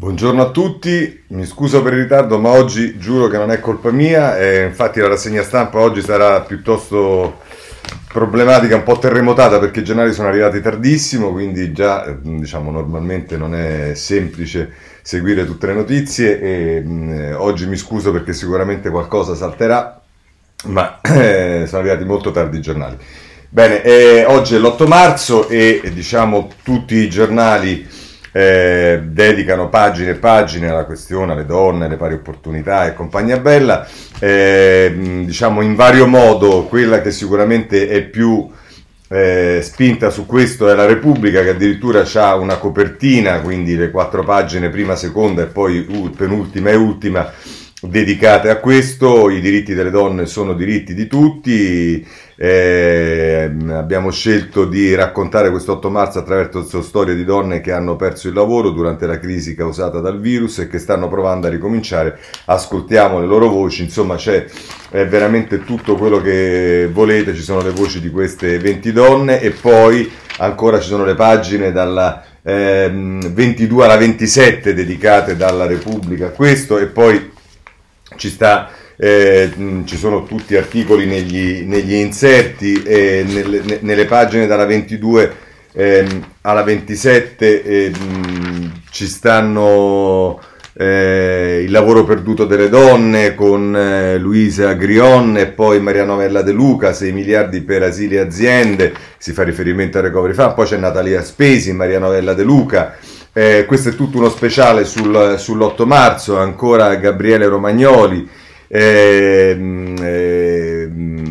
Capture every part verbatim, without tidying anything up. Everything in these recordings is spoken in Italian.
Buongiorno a tutti, mi scuso per il ritardo, ma oggi giuro che non è colpa mia, e infatti la rassegna stampa oggi sarà piuttosto problematica, un po' terremotata, perché i giornali sono arrivati tardissimo, quindi già eh, diciamo normalmente non è semplice seguire tutte le notizie e mh, oggi mi scuso perché sicuramente qualcosa salterà, ma eh, sono arrivati molto tardi i giornali. Bene, eh, oggi è l'otto marzo e eh, diciamo tutti i giornali eh, dedicano pagine e pagine alla questione, alle donne, alle pari opportunità e compagnia bella, eh, diciamo in vario modo. Quella che sicuramente è più eh, spinta su questo è la Repubblica, che addirittura ha una copertina, quindi le quattro pagine, prima, seconda e poi uh, penultima e ultima, dedicate a questo. I diritti delle donne sono diritti di tutti. Eh, abbiamo scelto di raccontare questo otto marzo attraverso storie di donne che hanno perso il lavoro durante la crisi causata dal virus e che stanno provando a ricominciare. Ascoltiamo le loro voci, insomma c'è eh, veramente tutto quello che volete, ci sono le voci di queste venti donne e poi ancora ci sono le pagine dalla ehm, ventidue alla ventisette dedicate dalla Repubblica a questo, e poi ci sta Eh, ci sono tutti articoli negli, negli inserti, e nelle, ne, nelle pagine dalla ventidue ehm, alla ventisette ehm, ci stanno eh, il lavoro perduto delle donne con eh, Luisa Grion e poi Maria Novella De Luca, sei miliardi per asili e aziende, si fa riferimento al Recovery Fund. Poi c'è Natalia Spesi, Maria Novella De Luca. Eh, questo è tutto uno speciale sul, sull'otto marzo. Ancora Gabriele Romagnoli, Eh, eh,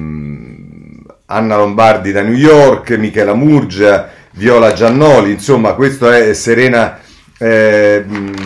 Anna Lombardi da New York, Michela Murgia, Viola Giannoli, insomma questo è Serena, eh,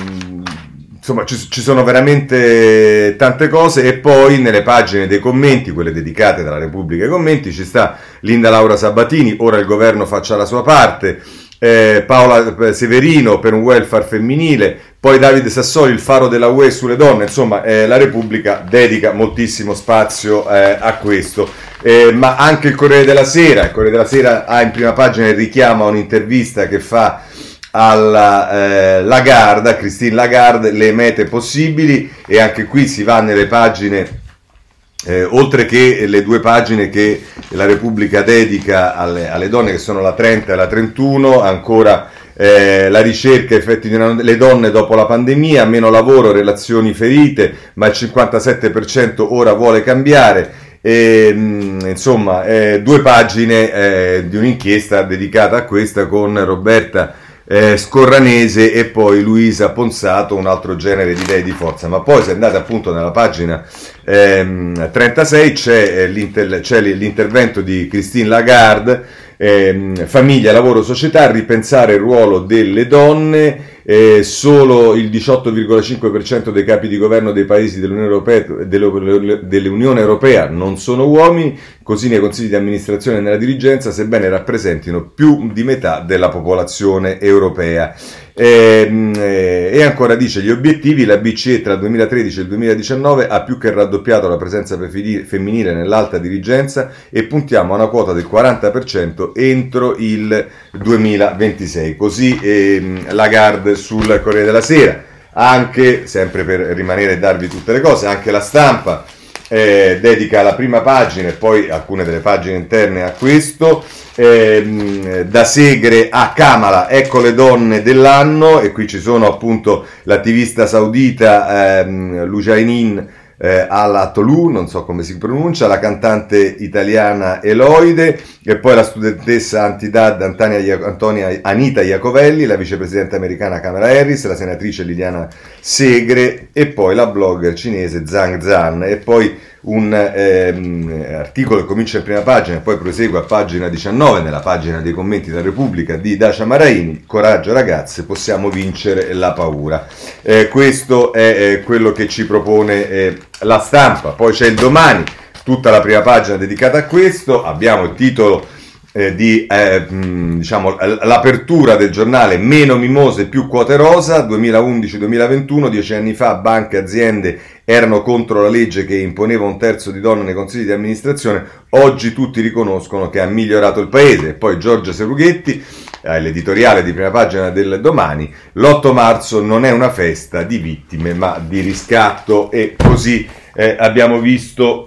insomma ci, ci sono veramente tante cose. E poi nelle pagine dei commenti, quelle dedicate dalla Repubblica ai commenti, ci sta Linda Laura Sabatini, ora il governo faccia la sua parte, eh, Paola Severino per un welfare femminile, poi Davide Sassoli, il faro della U E sulle donne. Insomma eh, la Repubblica dedica moltissimo spazio eh, a questo, eh, ma anche il Corriere della Sera. Il Corriere della Sera ha in prima pagina il richiamo a un'intervista che fa alla eh, Lagarde, a Christine Lagarde, le mete possibili, e anche qui si va nelle pagine, eh, oltre che le due pagine che la Repubblica dedica alle, alle donne, che sono la trenta e la trentuno, ancora Eh, la ricerca, effetti di una, le donne dopo la pandemia, meno lavoro, relazioni ferite, ma il cinquantasette per cento ora vuole cambiare. E, mh, insomma eh, due pagine eh, di un'inchiesta dedicata a questa, con Roberta eh, Scorranese e poi Luisa Ponsato, un altro genere di lei di forza. Ma poi se andate appunto nella pagina ehm, trentasei c'è, eh, l'inter- c'è l'intervento di Christine Lagarde, Eh, famiglia, lavoro, società, ripensare il ruolo delle donne. Eh, solo il diciotto virgola cinque per cento dei capi di governo dei paesi dell'Unione Europea, dell'Unione Europea non sono uomini, così nei consigli di amministrazione e nella dirigenza, sebbene rappresentino più di metà della popolazione europea. E, e ancora dice gli obiettivi: la B C E tra il duemilatredici e il duemiladiciannove ha più che raddoppiato la presenza femminile nell'alta dirigenza e puntiamo a una quota del quaranta per cento entro il duemilaventisei. Così ehm, Lagarde sul Corriere della Sera. Anche, sempre per rimanere e darvi tutte le cose, anche La Stampa eh, dedica la prima pagina e poi alcune delle pagine interne a questo. Eh, da Segre a Kamala, ecco le donne dell'anno, e qui ci sono appunto l'attivista saudita ehm, Lujainin eh, Al-Attolou, non so come si pronuncia, la cantante italiana Eloide, e poi la studentessa anti-Dad Antonia, Antonia Anita Iacovelli, la vicepresidente americana Kamala Harris, la senatrice Liliana Segre e poi la blogger cinese Zhang Zhan. E poi un ehm, articolo che comincia in prima pagina e poi prosegue a pagina diciannove nella pagina dei commenti della Repubblica di Dacia Maraini: coraggio ragazze, possiamo vincere la paura. Eh, questo è eh, quello che ci propone eh, La Stampa. Poi c'è il Domani, tutta la prima pagina dedicata a questo. Abbiamo il titolo eh, di eh, mh, diciamo l'apertura del giornale: meno mimose, più quote rosa, duemilaundici duemilaventuno, dieci anni fa banche e aziende erano contro la legge che imponeva un terzo di donne nei consigli di amministrazione, oggi tutti riconoscono che ha migliorato il paese. E poi Giorgia Serughetti: all'editoriale di prima pagina del Domani, l'otto marzo non è una festa di vittime ma di riscatto, e così eh, abbiamo visto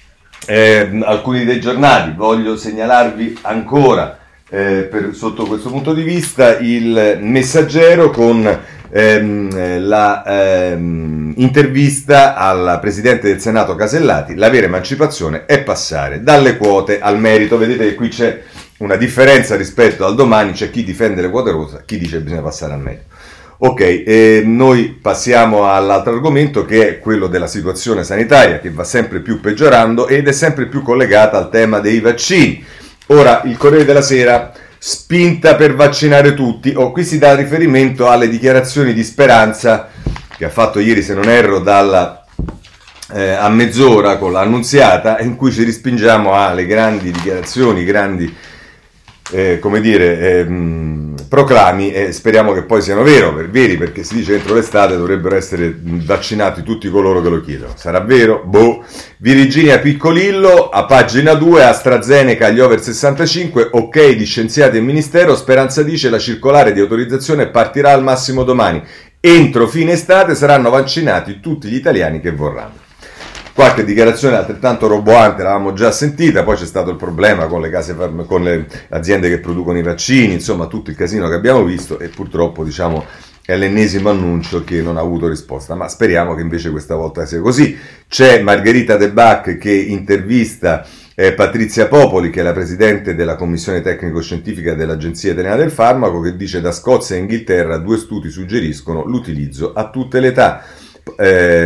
eh, alcuni dei giornali. Voglio segnalarvi ancora eh, per, sotto questo punto di vista il Messaggero con ehm, la ehm, intervista alla Presidente del Senato Casellati. La vera emancipazione è passare dalle quote al merito. Vedete che qui c'è una differenza rispetto al Domani, c'è chi difende le quote rosa, chi dice che bisogna passare al merito. Ok, eh, noi passiamo all'altro argomento, che è quello della situazione sanitaria, che va sempre più peggiorando ed è sempre più collegata al tema dei vaccini. Ora, il Corriere della Sera, spinta per vaccinare tutti. Oh, qui si dà riferimento alle dichiarazioni di Speranza che ha fatto ieri, se non erro, dalla, eh, a mezz'ora con l'Annunziata, in cui ci rispingiamo alle grandi dichiarazioni, grandi Eh, come dire, eh, mh, proclami, e speriamo che poi siano vero, per veri, perché si dice entro l'estate dovrebbero essere vaccinati tutti coloro che lo chiedono. Sarà vero? Boh. Virginia Piccolillo, a pagina due, AstraZeneca agli over sessantacinque, ok di scienziati e ministero, Speranza dice la circolare di autorizzazione partirà al massimo domani. Entro fine estate saranno vaccinati tutti gli italiani che vorranno. Qualche dichiarazione altrettanto roboante l'avevamo già sentita, poi c'è stato il problema con le case farm- con le aziende che producono i vaccini, insomma tutto il casino che abbiamo visto, e purtroppo, diciamo, è l'ennesimo annuncio che non ha avuto risposta, ma speriamo che invece questa volta sia così. C'è Margherita De Bac che intervista eh, Patrizia Popoli, che è la presidente della commissione tecnico-scientifica dell'Agenzia Italiana del Farmaco, che dice: da Scozia e Inghilterra due studi suggeriscono l'utilizzo a tutte le età. Eh,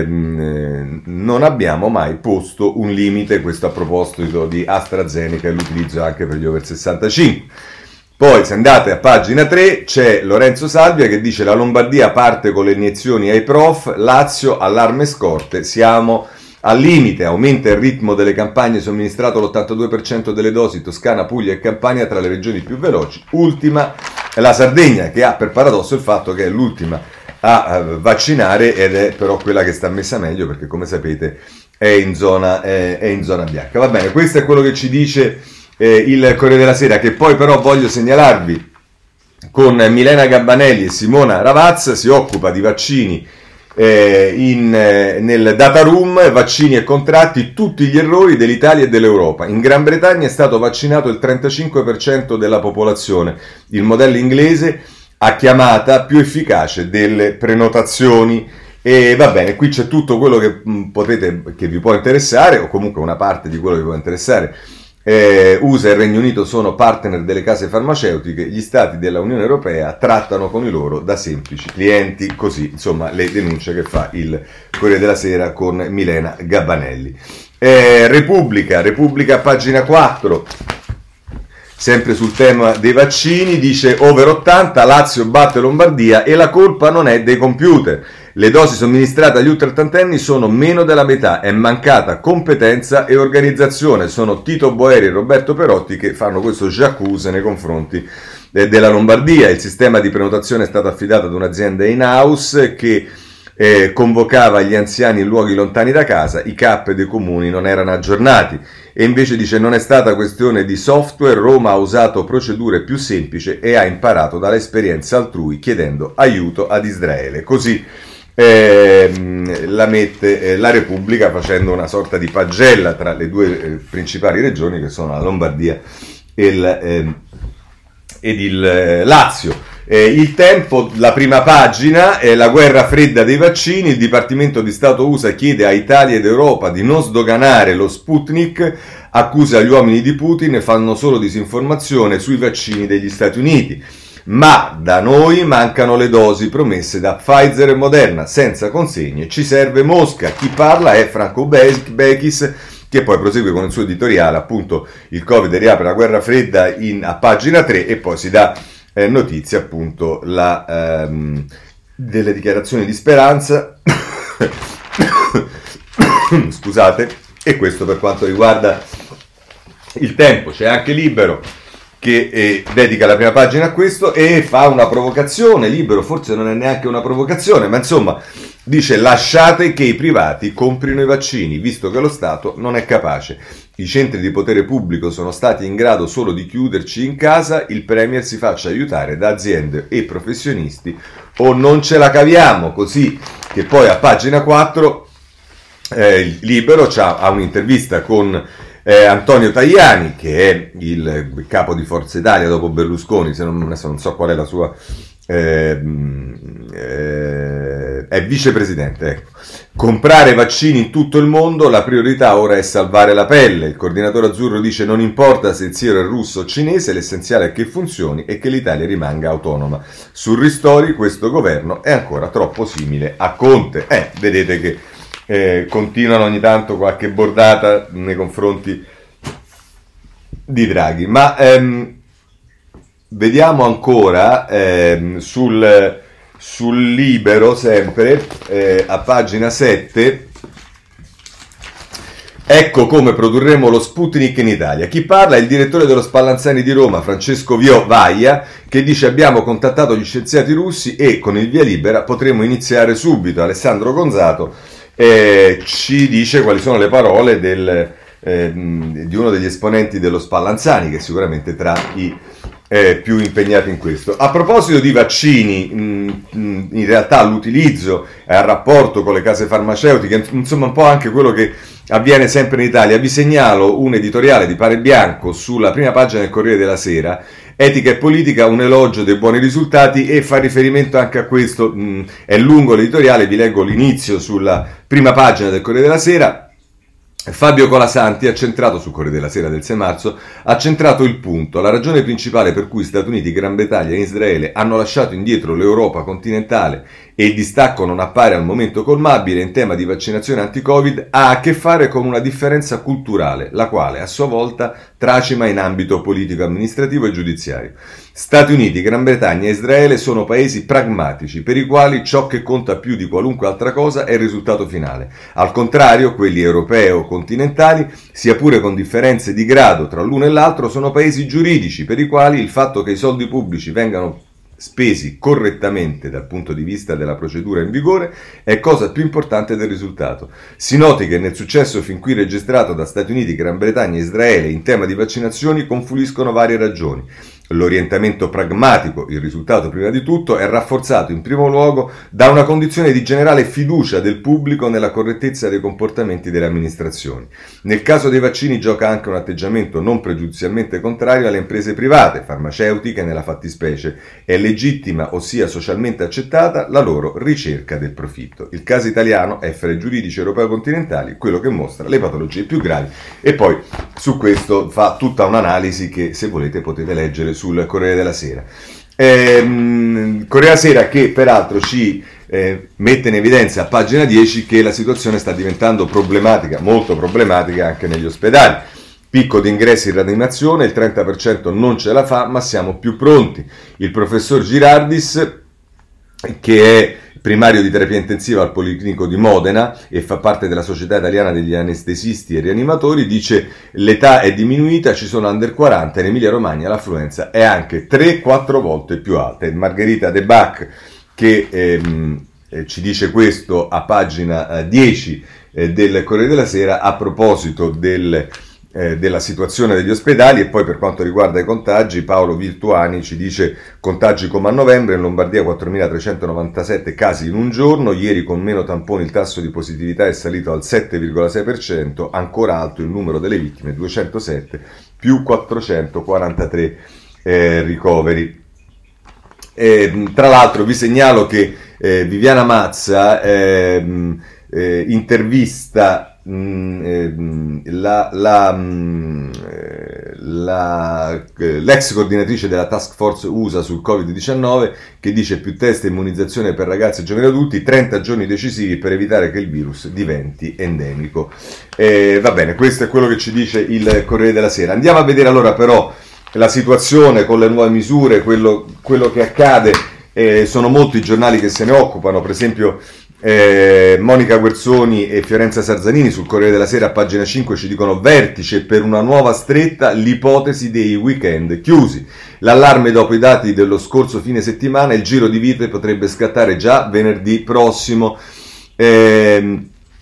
non abbiamo mai posto un limite, questo a proposito di AstraZeneca e l'utilizzo anche per gli over sessantacinque. Poi, se andate a pagina tre, c'è Lorenzo Salvia che dice: la Lombardia parte con le iniezioni ai prof, Lazio allarme scorte, siamo al limite, aumenta il ritmo delle campagne, somministrato l'ottantadue per cento delle dosi, Toscana, Puglia e Campania tra le regioni più veloci, ultima è la Sardegna, che ha per paradosso il fatto che è l'ultima a vaccinare, ed è però quella che sta messa meglio, perché come sapete è in zona, è, è in zona bianca. Va bene, questo è quello che ci dice eh, il Corriere della Sera, che poi però voglio segnalarvi con Milena Gabbanelli e Simona Ravazza. Si occupa di vaccini eh, in, eh, nel data room, vaccini e contratti, tutti gli errori dell'Italia e dell'Europa. In Gran Bretagna è stato vaccinato il trentacinque per cento della popolazione, il modello inglese a chiamata più efficace delle prenotazioni. E va bene, qui c'è tutto quello che mh, potete, che vi può interessare, o comunque una parte di quello che vi può interessare. eh, U S A e Regno Unito sono partner delle case farmaceutiche, gli stati della Unione Europea trattano con i loro da semplici clienti, così insomma le denunce che fa il Corriere della Sera con Milena Gabbanelli. eh, Repubblica, Repubblica pagina quattro, sempre sul tema dei vaccini, dice: over ottanta, Lazio batte Lombardia e la colpa non è dei computer. Le dosi somministrate agli ultraottantenni sono meno della metà, è mancata competenza e organizzazione. Sono Tito Boeri e Roberto Perotti che fanno questo j'accuse nei confronti eh, della Lombardia. Il sistema di prenotazione è stato affidato ad un'azienda in-house che eh, convocava gli anziani in luoghi lontani da casa, i C A P dei comuni non erano aggiornati. E invece dice: non è stata questione di software, Roma ha usato procedure più semplici e ha imparato dall'esperienza altrui chiedendo aiuto ad Israele. Così eh, la mette eh, la Repubblica, facendo una sorta di pagella tra le due eh, principali regioni, che sono la Lombardia e il, eh, ed il eh, Lazio. Eh, il Tempo, la prima pagina, è la guerra fredda dei vaccini. Il Dipartimento di Stato U S A chiede a Italia ed Europa di non sdoganare lo Sputnik, accuse agli uomini di Putin fanno solo disinformazione sui vaccini degli Stati Uniti. Ma da noi mancano le dosi promesse da Pfizer e Moderna, senza consegne ci serve Mosca. Chi parla è Franco Bechis, che poi prosegue con il suo editoriale, appunto il Covid riapre la guerra fredda in, a pagina tre, e poi si dà eh, notizia appunto la, ehm, delle dichiarazioni di Speranza scusate, e questo per quanto riguarda il Tempo. C'è anche Libero che eh, dedica la prima pagina a questo e fa una provocazione. Libero forse non è neanche una provocazione, ma insomma dice: lasciate che i privati comprino i vaccini, visto che lo Stato non è capace. I centri di potere pubblico sono stati in grado solo di chiuderci in casa, il Premier si faccia aiutare da aziende e professionisti o non ce la caviamo. Così che poi a pagina quattro eh, Libero c'ha, ha un'intervista con eh, Antonio Tajani, che è il capo di Forza Italia dopo Berlusconi, se non, adesso non so qual è la sua... Eh, eh, è vicepresidente, ecco. Comprare vaccini in tutto il mondo, la priorità ora è salvare la pelle. Il coordinatore azzurro dice: non importa se il siero è russo o cinese, l'essenziale è che funzioni e che l'Italia rimanga autonoma. Sul ristori questo governo è ancora troppo simile a Conte. Eh, vedete che eh, continuano ogni tanto qualche bordata nei confronti di Draghi, ma ehm, vediamo ancora ehm, sul, sul Libero, sempre eh, a pagina sette. Ecco come produrremo lo Sputnik in Italia. Chi parla è il direttore dello Spallanzani di Roma, Francesco Vio Vaia, che dice: abbiamo contattato gli scienziati russi e con il via libera potremo iniziare subito. Alessandro Gonzato eh, ci dice quali sono le parole del, eh, di uno degli esponenti dello Spallanzani, che è sicuramente tra i eh, più impegnati in questo. A proposito di vaccini, mh, mh, in realtà l'utilizzo e il rapporto con le case farmaceutiche, insomma un po' anche quello che avviene sempre in Italia, vi segnalo un editoriale di Pare Bianco sulla prima pagina del Corriere della Sera. Etica e politica, un elogio dei buoni risultati, e fa riferimento anche a questo. Mh, è lungo l'editoriale, vi leggo l'inizio sulla prima pagina del Corriere della Sera. Fabio Colasanti ha centrato, sul Corriere della Sera del sei marzo, ha centrato il punto. La ragione principale per cui Stati Uniti, Gran Bretagna e Israele hanno lasciato indietro l'Europa continentale e il distacco non appare al momento colmabile in tema di vaccinazione anti-Covid ha a che fare con una differenza culturale, la quale a sua volta tracima in ambito politico-amministrativo e giudiziario. Stati Uniti, Gran Bretagna e Israele sono paesi pragmatici, per i quali ciò che conta più di qualunque altra cosa è il risultato finale. Al contrario, quelli europeo continentali, sia pure con differenze di grado tra l'uno e l'altro, sono paesi giuridici, per i quali il fatto che i soldi pubblici vengano spesi correttamente dal punto di vista della procedura in vigore è cosa più importante del risultato. Si noti che nel successo fin qui registrato da Stati Uniti, Gran Bretagna e Israele in tema di vaccinazioni confluiscono varie ragioni. L'orientamento pragmatico, il risultato prima di tutto, è rafforzato in primo luogo da una condizione di generale fiducia del pubblico nella correttezza dei comportamenti delle amministrazioni. Nel caso dei vaccini gioca anche un atteggiamento non pregiudizialmente contrario alle imprese private, farmaceutiche nella fattispecie. È legittima, ossia socialmente accettata, la loro ricerca del profitto. Il caso italiano è fra i giuridici europei continentali quello che mostra le patologie più gravi, e poi su questo fa tutta un'analisi che, se volete, potete leggere sul Corriere della Sera. Ehm, Corriere della Sera che peraltro ci eh, mette in evidenza a pagina dieci che la situazione sta diventando problematica, molto problematica anche negli ospedali. Picco di ingressi in rianimazione, il trenta per cento non ce la fa, ma siamo più pronti. Il professor Girardis, che è primario di terapia intensiva al Policlinico di Modena e fa parte della Società Italiana degli Anestesisti e Rianimatori, dice: l'età è diminuita, ci sono under quaranta, in Emilia Romagna l'affluenza è anche tre quattro volte più alta. E Margherita De Bach che ehm, eh, ci dice questo a pagina eh, dieci eh, del Corriere della Sera a proposito del della situazione degli ospedali. E poi, per quanto riguarda i contagi, Paolo Virtuani ci dice: contagi come a novembre, in Lombardia quattromilatrecentonovantasette casi in un giorno, ieri con meno tamponi il tasso di positività è salito al sette virgola sei per cento, ancora alto il numero delle vittime, duecentosette più quattrocentoquarantatré eh, ricoveri. Eh, tra l'altro vi segnalo che eh, Viviana Mazza eh, eh, intervista La, la, la, l'ex coordinatrice della task force U S A sul covid diciannove, che dice: più test e immunizzazione per ragazzi e giovani adulti, trenta giorni decisivi per evitare che il virus diventi endemico. Eh, va bene, questo è quello che ci dice il Corriere della Sera. Andiamo a vedere allora però la situazione con le nuove misure, quello, quello che accade. Eh, sono molti i giornali che se ne occupano, per esempio Eh, Monica Guerzoni e Fiorenza Sarzanini sul Corriere della Sera a pagina cinque ci dicono: vertice per una nuova stretta, l'ipotesi dei weekend chiusi. L'allarme dopo i dati dello scorso fine settimana, il giro di vite potrebbe scattare già venerdì prossimo, eh,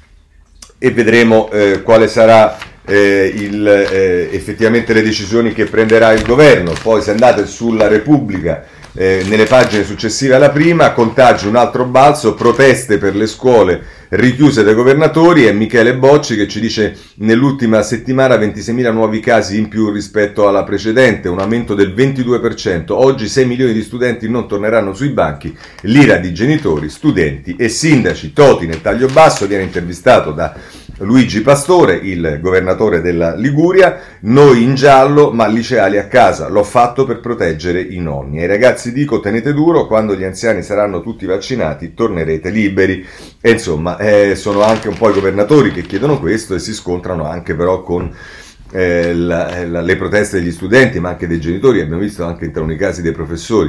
e vedremo eh, quale sarà eh, il, eh, effettivamente le decisioni che prenderà il governo. Poi se andate sulla Repubblica, Eh, nelle pagine successive alla prima, contagi un altro balzo, proteste per le scuole richiuse dai governatori, e Michele Bocci che ci dice: nell'ultima settimana ventiseimila nuovi casi in più rispetto alla precedente, un aumento del ventidue per cento, oggi sei milioni di studenti non torneranno sui banchi, l'ira di genitori, studenti e sindaci. Toti nel taglio basso viene intervistato da Luigi Pastore, il governatore della Liguria: noi in giallo ma liceali a casa, l'ho fatto per proteggere i nonni. Ai ragazzi dico: tenete duro, quando gli anziani saranno tutti vaccinati tornerete liberi. E insomma eh, sono anche un po' i governatori che chiedono questo, e si scontrano anche però con eh, la, la, le proteste degli studenti, ma anche dei genitori, abbiamo visto anche in taluni casi dei professori.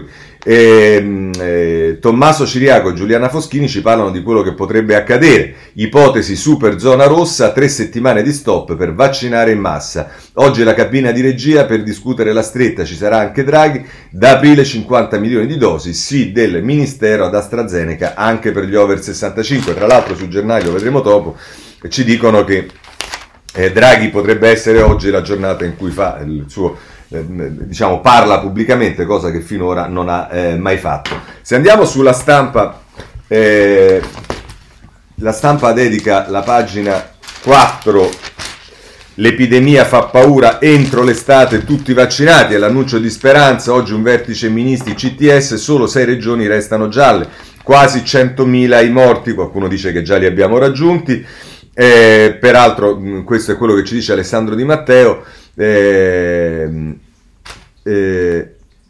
E, eh, Tommaso Ciriaco e Giuliana Foschini ci parlano di quello che potrebbe accadere: ipotesi super zona rossa, tre settimane di stop per vaccinare in massa. Oggi la cabina di regia per discutere la stretta, ci sarà anche Draghi. Da aprile cinquanta milioni di dosi, sì del Ministero ad AstraZeneca anche per gli over sessantacinque. Tra l'altro sul giornale, lo vedremo dopo, ci dicono che eh, Draghi potrebbe essere oggi la giornata in cui fa il suo eh, diciamo parla pubblicamente, cosa che finora non ha eh, mai fatto. Se andiamo sulla Stampa, eh, la Stampa dedica la pagina quattro: l'epidemia fa paura, entro l'estate tutti vaccinati, è l'annuncio di Speranza. Oggi un vertice ministri C T S, solo sei regioni restano gialle, quasi centomila i morti, qualcuno dice che già li abbiamo raggiunti. Eh, peraltro questo è quello che ci dice Alessandro Di Matteo. eh, eh,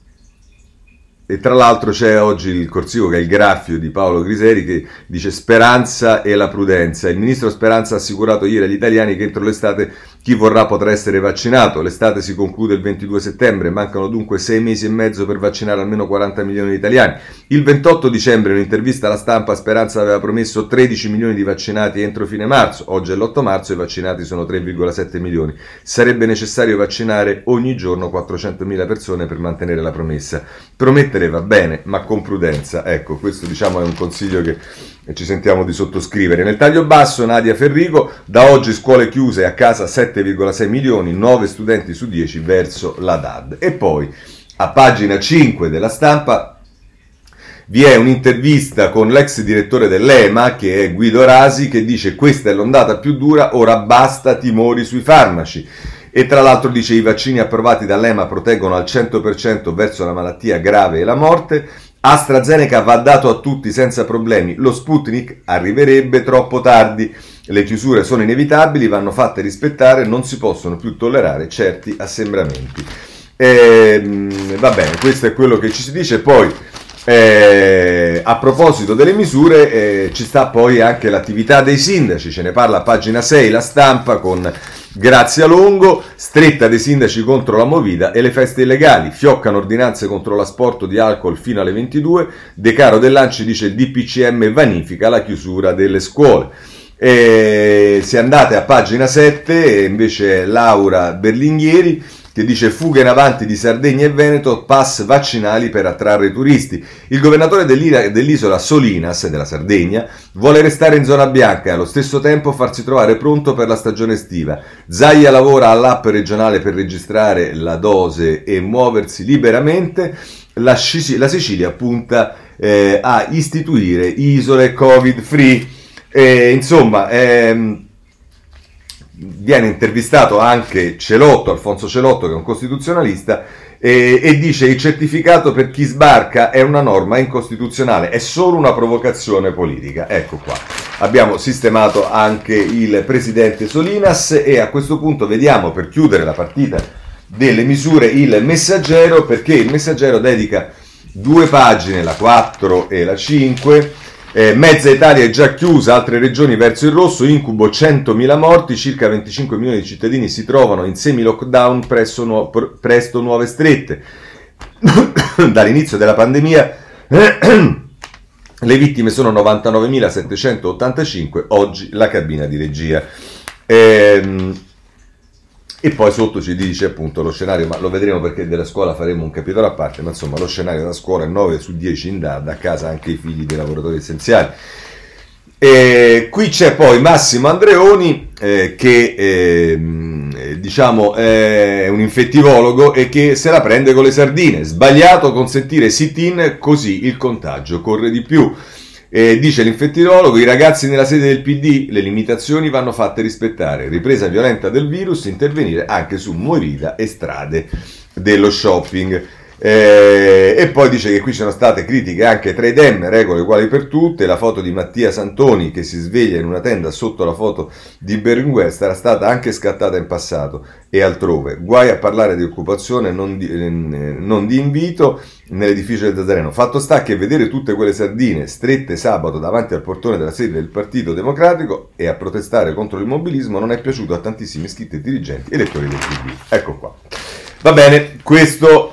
E tra l'altro c'è oggi il corsivo, che è il graffio di Paolo Griseri, che dice: Speranza e la prudenza. Il ministro Speranza ha assicurato ieri agli italiani che entro l'estate chi vorrà potrà essere vaccinato. L'estate si conclude il ventidue settembre, mancano dunque sei mesi e mezzo per vaccinare almeno quaranta milioni di italiani. Il ventotto dicembre, in un'intervista alla Stampa, Speranza aveva promesso tredici milioni di vaccinati entro fine marzo. Oggi è l'otto marzo e i vaccinati sono tre virgola sette milioni. Sarebbe necessario vaccinare ogni giorno quattrocentomila persone per mantenere la promessa. Promette va bene, ma con prudenza. Ecco, questo diciamo è un consiglio che ci sentiamo di sottoscrivere. Nel taglio basso Nadia Ferrigo: da oggi scuole chiuse, a casa sette virgola sei milioni, nove studenti su dieci verso la D A D. E poi a pagina cinque della Stampa vi è un'intervista con l'ex direttore dell'E M A, che è Guido Rasi, che dice: questa è l'ondata più dura, ora basta timori sui farmaci. E tra l'altro dice: i vaccini approvati dall'E M A proteggono al cento per cento verso la malattia grave e la morte. AstraZeneca va dato a tutti senza problemi, lo Sputnik arriverebbe troppo tardi. Le chiusure sono inevitabili, vanno fatte rispettare, non si possono più tollerare certi assembramenti. E, va bene, questo è quello che ci si dice. Poi Eh, a proposito delle misure, eh, ci sta poi anche l'attività dei sindaci, ce ne parla a pagina sei la Stampa con Grazia Longo: stretta dei sindaci contro la movida e le feste illegali, fioccano ordinanze contro l'asporto di alcol fino alle ventidue, De Caro Dell'Anci dice: il D P C M vanifica la chiusura delle scuole. E se andate a pagina sette invece Laura Berlinghieri che dice: fuga in avanti di Sardegna e Veneto, pass vaccinali per attrarre turisti. Il governatore dell'isola Solinas, della Sardegna, vuole restare in zona bianca e allo stesso tempo farsi trovare pronto per la stagione estiva. Zaia lavora all'app regionale per registrare la dose e muoversi liberamente. La, Sicilia, la Sicilia punta eh, a istituire isole covid free. E, insomma, ehm, viene intervistato anche Celotto, Alfonso Celotto, che è un costituzionalista, e, e dice: il certificato per chi sbarca è una norma incostituzionale, è solo una provocazione politica. Ecco qua, abbiamo sistemato anche il presidente Solinas. E a questo punto vediamo, per chiudere la partita delle misure, il Messaggero, perché il Messaggero dedica due pagine, la quattro e la cinque. Eh, mezza Italia è già chiusa, altre regioni verso il rosso, incubo centomila morti, circa venticinque milioni di cittadini si trovano in semi-lockdown, presso nu- presto nuove strette. Dall'inizio della pandemia Le vittime sono novantanovemilasettecentottantacinque, oggi la cabina di regia. Ehm, e poi sotto ci dice appunto lo scenario, ma lo vedremo perché della scuola faremo un capitolo a parte, ma insomma lo scenario della scuola è nove su dieci in D A D, a casa anche i figli dei lavoratori essenziali. E qui c'è poi Massimo Andreoni eh, che eh, diciamo è un infettivologo e che se la prende con le sardine. Sbagliato consentire sit-in, così il contagio corre di più. Eh, dice l'infettivologo, i ragazzi nella sede del P D, le limitazioni vanno fatte rispettare, ripresa violenta del virus, intervenire anche su movida e strade dello shopping. Eh, e poi dice che qui ci sono state critiche anche tra i Dem, regole uguali per tutte. La foto di Mattia Santoni che si sveglia in una tenda sotto la foto di Berlinguer era stata anche scattata in passato e altrove. Guai a parlare di occupazione, non di, eh, non di invito nell'edificio del Nazareno. Fatto sta che vedere tutte quelle sardine strette sabato davanti al portone della sede del Partito Democratico e a protestare contro l'immobilismo non è piaciuto a tantissimi iscritti e dirigenti elettori del P D. Ecco qua. Va bene, questo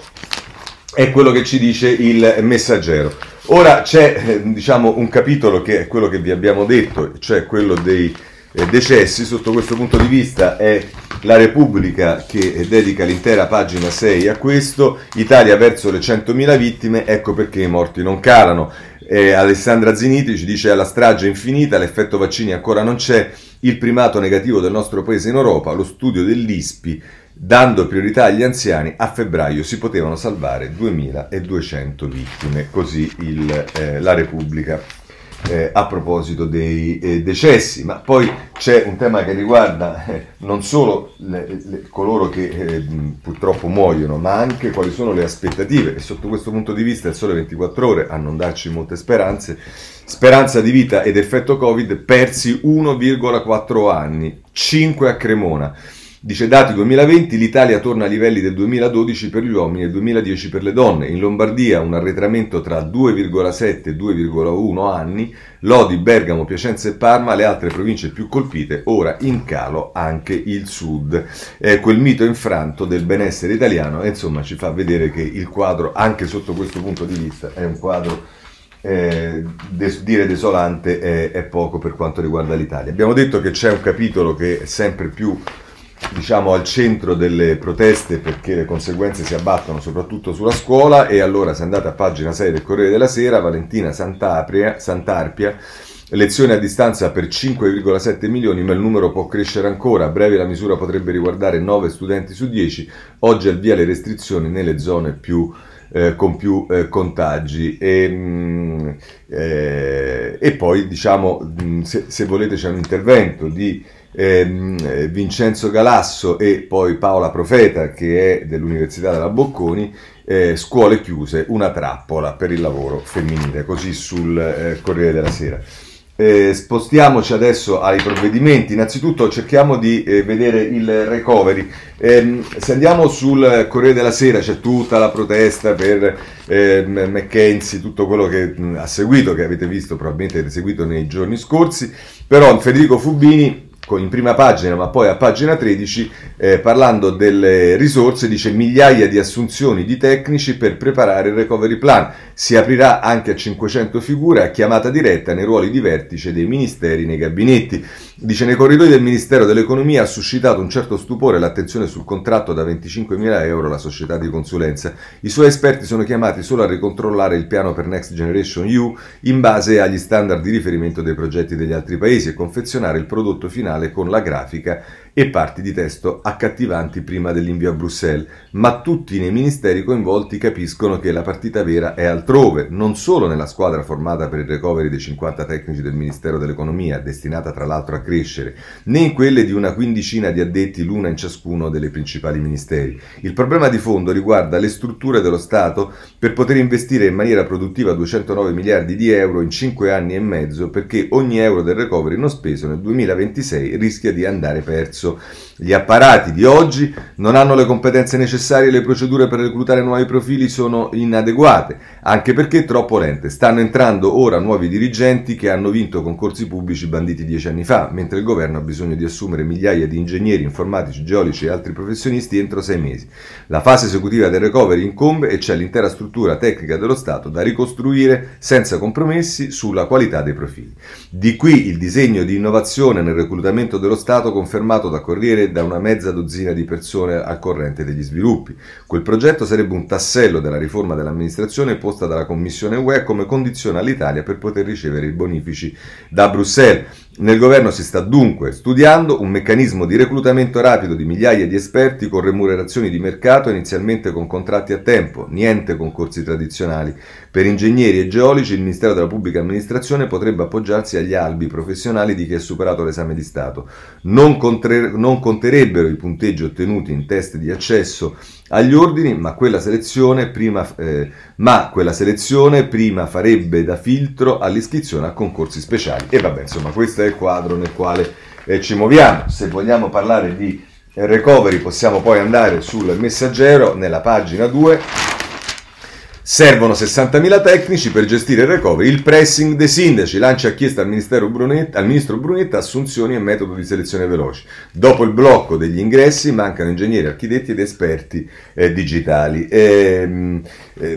è quello che ci dice il Messaggero. Ora c'è eh, diciamo un capitolo che è quello che vi abbiamo detto, cioè quello dei eh, decessi. Sotto questo punto di vista è la Repubblica che eh, dedica l'intera pagina sei a questo. Italia verso le centomila vittime, ecco perché i morti non calano. Eh, Alessandra Ziniti ci dice: alla strage infinita, l'effetto vaccini ancora non c'è, il primato negativo del nostro paese in Europa, lo studio dell'I S P I, dando priorità agli anziani, a febbraio si potevano salvare duemiladuecento vittime, così il, eh, la Repubblica eh, a proposito dei eh, decessi. Ma poi c'è un tema che riguarda eh, non solo le, le, coloro che eh, purtroppo muoiono, ma anche quali sono le aspettative, e sotto questo punto di vista il Sole ventiquattro Ore a non darci molte speranze. Speranza di vita ed effetto Covid persi uno virgola quattro anni, cinque a Cremona. Dice dati duemilaventi, l'Italia torna ai livelli del duemiladodici per gli uomini e duemiladieci per le donne. In Lombardia un arretramento tra due virgola sette e due virgola uno anni, Lodi, Bergamo, Piacenza e Parma, le altre province più colpite, ora in calo anche il sud. È quel mito infranto del benessere italiano e insomma ci fa vedere che il quadro, anche sotto questo punto di vista, è un quadro, eh, des- dire desolante è, è poco per quanto riguarda l'Italia. Abbiamo detto che c'è un capitolo che è sempre più diciamo al centro delle proteste perché le conseguenze si abbattono soprattutto sulla scuola, e allora se andate a pagina sei del Corriere della Sera, Valentina Sant'Arpia, Sant'Arpia lezioni a distanza per cinque virgola sette milioni, ma il numero può crescere ancora, a breve la misura potrebbe riguardare nove studenti su dieci, oggi al via le restrizioni nelle zone più Eh, con più eh, contagi e, mh, eh, e poi diciamo mh, se, se volete c'è un intervento di eh, Vincenzo Galasso e poi Paola Profeta che è dell'Università della Bocconi, eh, scuole chiuse, una trappola per il lavoro femminile, così sul eh, Corriere della Sera. Eh, spostiamoci adesso ai provvedimenti. Innanzitutto cerchiamo di eh, vedere il recovery. Eh, se andiamo sul Corriere della Sera c'è tutta la protesta per eh, McKenzie, tutto quello che mh, ha seguito, che avete visto, probabilmente avete seguito nei giorni scorsi, però Federico Fubini in prima pagina, ma poi a pagina tredici, eh, parlando delle risorse, dice migliaia di assunzioni di tecnici per preparare il recovery plan, si aprirà anche a cinquecento figure a chiamata diretta nei ruoli di vertice dei ministeri nei gabinetti. Dice nei corridoi del Ministero dell'Economia ha suscitato un certo stupore l'attenzione sul contratto da venticinquemila euro alla società di consulenza. I suoi esperti sono chiamati solo a ricontrollare il piano per Next Generation E U in base agli standard di riferimento dei progetti degli altri paesi e confezionare il prodotto finale con la grafica e parti di testo accattivanti prima dell'invio a Bruxelles, ma tutti nei ministeri coinvolti capiscono che la partita vera è altrove, non solo nella squadra formata per il recovery dei cinquanta tecnici del Ministero dell'Economia, destinata tra l'altro a crescere, né in quelle di una quindicina di addetti, l'una in ciascuno dei principali ministeri. Il problema di fondo riguarda le strutture dello Stato per poter investire in maniera produttiva duecentonove miliardi di euro in cinque anni e mezzo, perché ogni euro del recovery non speso nel duemilaventisei rischia di andare perso. accesso. Gli apparati di oggi non hanno le competenze necessarie e le procedure per reclutare nuovi profili sono inadeguate, anche perché troppo lente. Stanno entrando ora nuovi dirigenti che hanno vinto concorsi pubblici banditi dieci anni fa, mentre il governo ha bisogno di assumere migliaia di ingegneri, informatici, geologi e altri professionisti entro sei mesi. La fase esecutiva del recovery incombe e c'è l'intera struttura tecnica dello Stato da ricostruire senza compromessi sulla qualità dei profili. Di qui il disegno di innovazione nel reclutamento dello Stato confermato da Corriere da una mezza dozzina di persone al corrente degli sviluppi. Quel progetto sarebbe un tassello della riforma dell'amministrazione posta dalla Commissione U E come condizione all'Italia per poter ricevere i bonifici da Bruxelles. Nel governo si sta dunque studiando un meccanismo di reclutamento rapido di migliaia di esperti con remunerazioni di mercato, inizialmente con contratti a tempo, niente concorsi tradizionali. Per ingegneri e geologi il Ministero della Pubblica Amministrazione potrebbe appoggiarsi agli albi professionali di chi ha superato l'esame di Stato. Non, contre- non conterebbero i punteggi ottenuti in test di accesso agli ordini, ma quella selezione prima, eh, ma quella selezione prima farebbe da filtro all'iscrizione a concorsi speciali. E vabbè, insomma, questo è il quadro nel quale eh, ci muoviamo. Se vogliamo parlare di eh, recovery possiamo poi andare sul Messaggero, nella pagina due. Servono sessantamila tecnici per gestire il recovery. Il pressing dei sindaci lancia chiesta al, Ministero Brunetta, al ministro Brunetta assunzioni e metodo di selezione veloci. Dopo il blocco degli ingressi mancano ingegneri, architetti ed esperti eh, digitali. E, eh,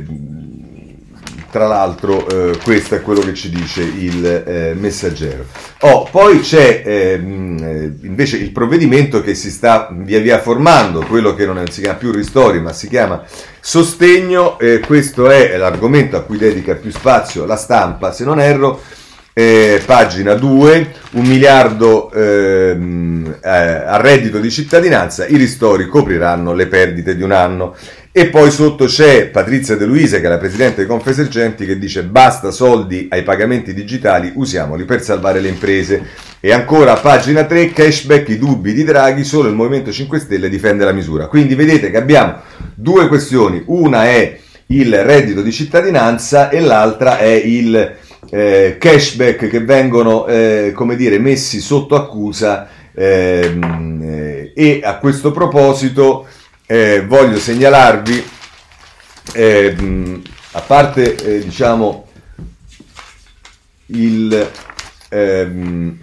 tra l'altro eh, questo è quello che ci dice il eh, Messaggero. Oh, poi c'è eh, invece il provvedimento che si sta via via formando, quello che non si chiama più ristori ma si chiama sostegno. Eh, questo è l'argomento a cui dedica più spazio La Stampa, se non erro. Eh, pagina due, un miliardo ehm, eh, a reddito di cittadinanza, i ristori copriranno le perdite di un anno. E poi sotto c'è Patrizia De Luisa, che è la presidente di Confesercenti, che dice basta soldi ai pagamenti digitali, usiamoli per salvare le imprese. E ancora a pagina tre, cashback, i dubbi di Draghi, solo il Movimento cinque Stelle difende la misura. Quindi vedete che abbiamo due questioni, una è il reddito di cittadinanza e l'altra è il eh, cashback che vengono eh, come dire messi sotto accusa ehm, eh, e a questo proposito eh, voglio segnalarvi ehm, a parte eh, diciamo il ehm,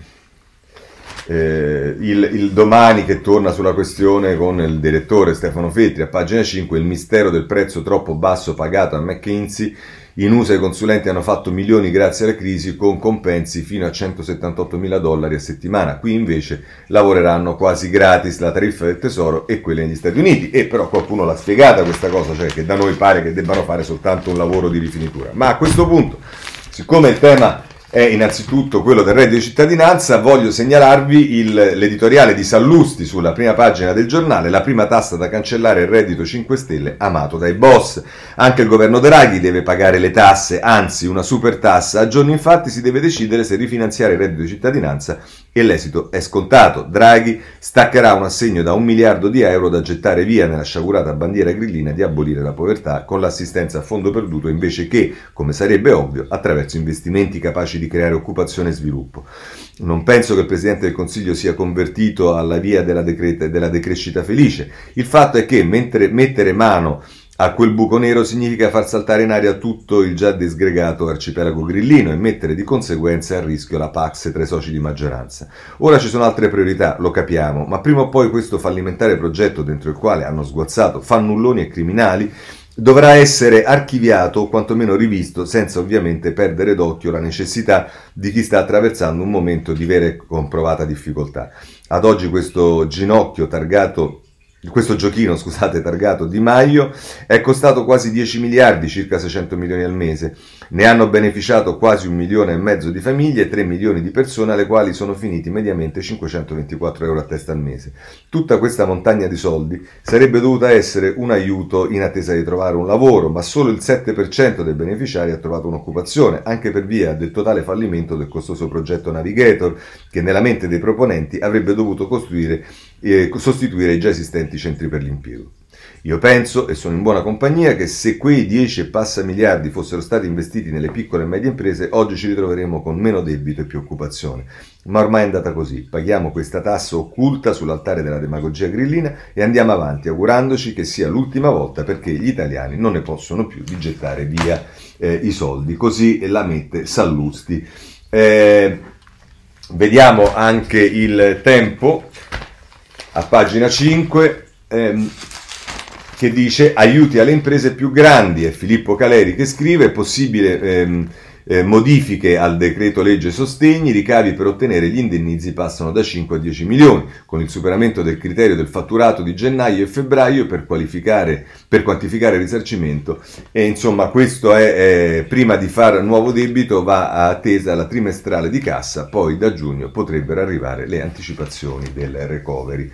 Eh, il, il Domani che torna sulla questione con il direttore Stefano Feltri a pagina cinque, il mistero del prezzo troppo basso pagato a McKinsey. In U S A i consulenti hanno fatto milioni grazie alla crisi con compensi fino a centosettantottomila dollari a settimana. Qui invece lavoreranno quasi gratis, la tariffa del tesoro e quella negli Stati Uniti. E però qualcuno l'ha spiegata questa cosa, cioè che da noi pare che debbano fare soltanto un lavoro di rifinitura. Ma a questo punto, siccome il tema è innanzitutto quello del reddito di cittadinanza, voglio segnalarvi il, l'editoriale di Sallusti sulla prima pagina del giornale, la prima tassa da cancellare è il reddito cinque Stelle amato dai boss. Anche il governo Draghi deve pagare le tasse, anzi una super tassa. A giorni infatti si deve decidere se rifinanziare il reddito di cittadinanza e l'esito è scontato. Draghi staccherà un assegno da un miliardo di euro da gettare via nella sciagurata bandiera grillina di abolire la povertà con l'assistenza a fondo perduto invece che, come sarebbe ovvio, attraverso investimenti capaci di di creare occupazione e sviluppo. Non penso che il Presidente del Consiglio sia convertito alla via della, decre- della decrescita felice. Il fatto è che mentre mettere mano a quel buco nero significa far saltare in aria tutto il già disgregato arcipelago grillino e mettere di conseguenza a rischio la Pax tra i soci di maggioranza. Ora ci sono altre priorità, lo capiamo, ma prima o poi questo fallimentare progetto dentro il quale hanno sguazzato fannulloni e criminali dovrà essere archiviato o quantomeno rivisto, senza ovviamente perdere d'occhio la necessità di chi sta attraversando un momento di vera e comprovata difficoltà. Ad oggi questo ginocchio targato Questo giochino, scusate, targato Di Maio è costato quasi dieci miliardi, circa seicento milioni al mese. Ne hanno beneficiato quasi un milione e mezzo di famiglie e tre milioni di persone alle quali sono finiti mediamente cinquecentoventiquattro euro a testa al mese. Tutta questa montagna di soldi sarebbe dovuta essere un aiuto in attesa di trovare un lavoro, ma solo il sette per cento dei beneficiari ha trovato un'occupazione, anche per via del totale fallimento del costoso progetto Navigator, che nella mente dei proponenti avrebbe dovuto costruire eh, sostituire i già esistenti centri per l'impiego. Io penso, e sono in buona compagnia, che se quei dieci e passa miliardi fossero stati investiti nelle piccole e medie imprese, oggi ci ritroveremo con meno debito e più occupazione. Ma ormai è andata così. Paghiamo questa tassa occulta sull'altare della demagogia grillina e andiamo avanti, augurandoci che sia l'ultima volta, perché gli italiani non ne possono più di gettare via eh, i soldi. Così la mette Sallusti. Eh, vediamo anche il Tempo, a pagina cinque. Ehm, che dice aiuti alle imprese più grandi, è Filippo Caleri che scrive, è possibile ehm, eh, modifiche al decreto legge sostegni, i ricavi per ottenere gli indennizzi passano da cinque a dieci milioni, con il superamento del criterio del fatturato di gennaio e febbraio per qualificare, per quantificare il risarcimento, e insomma questo è, è prima di fare nuovo debito va attesa la trimestrale di cassa, poi da giugno potrebbero arrivare le anticipazioni del recovery.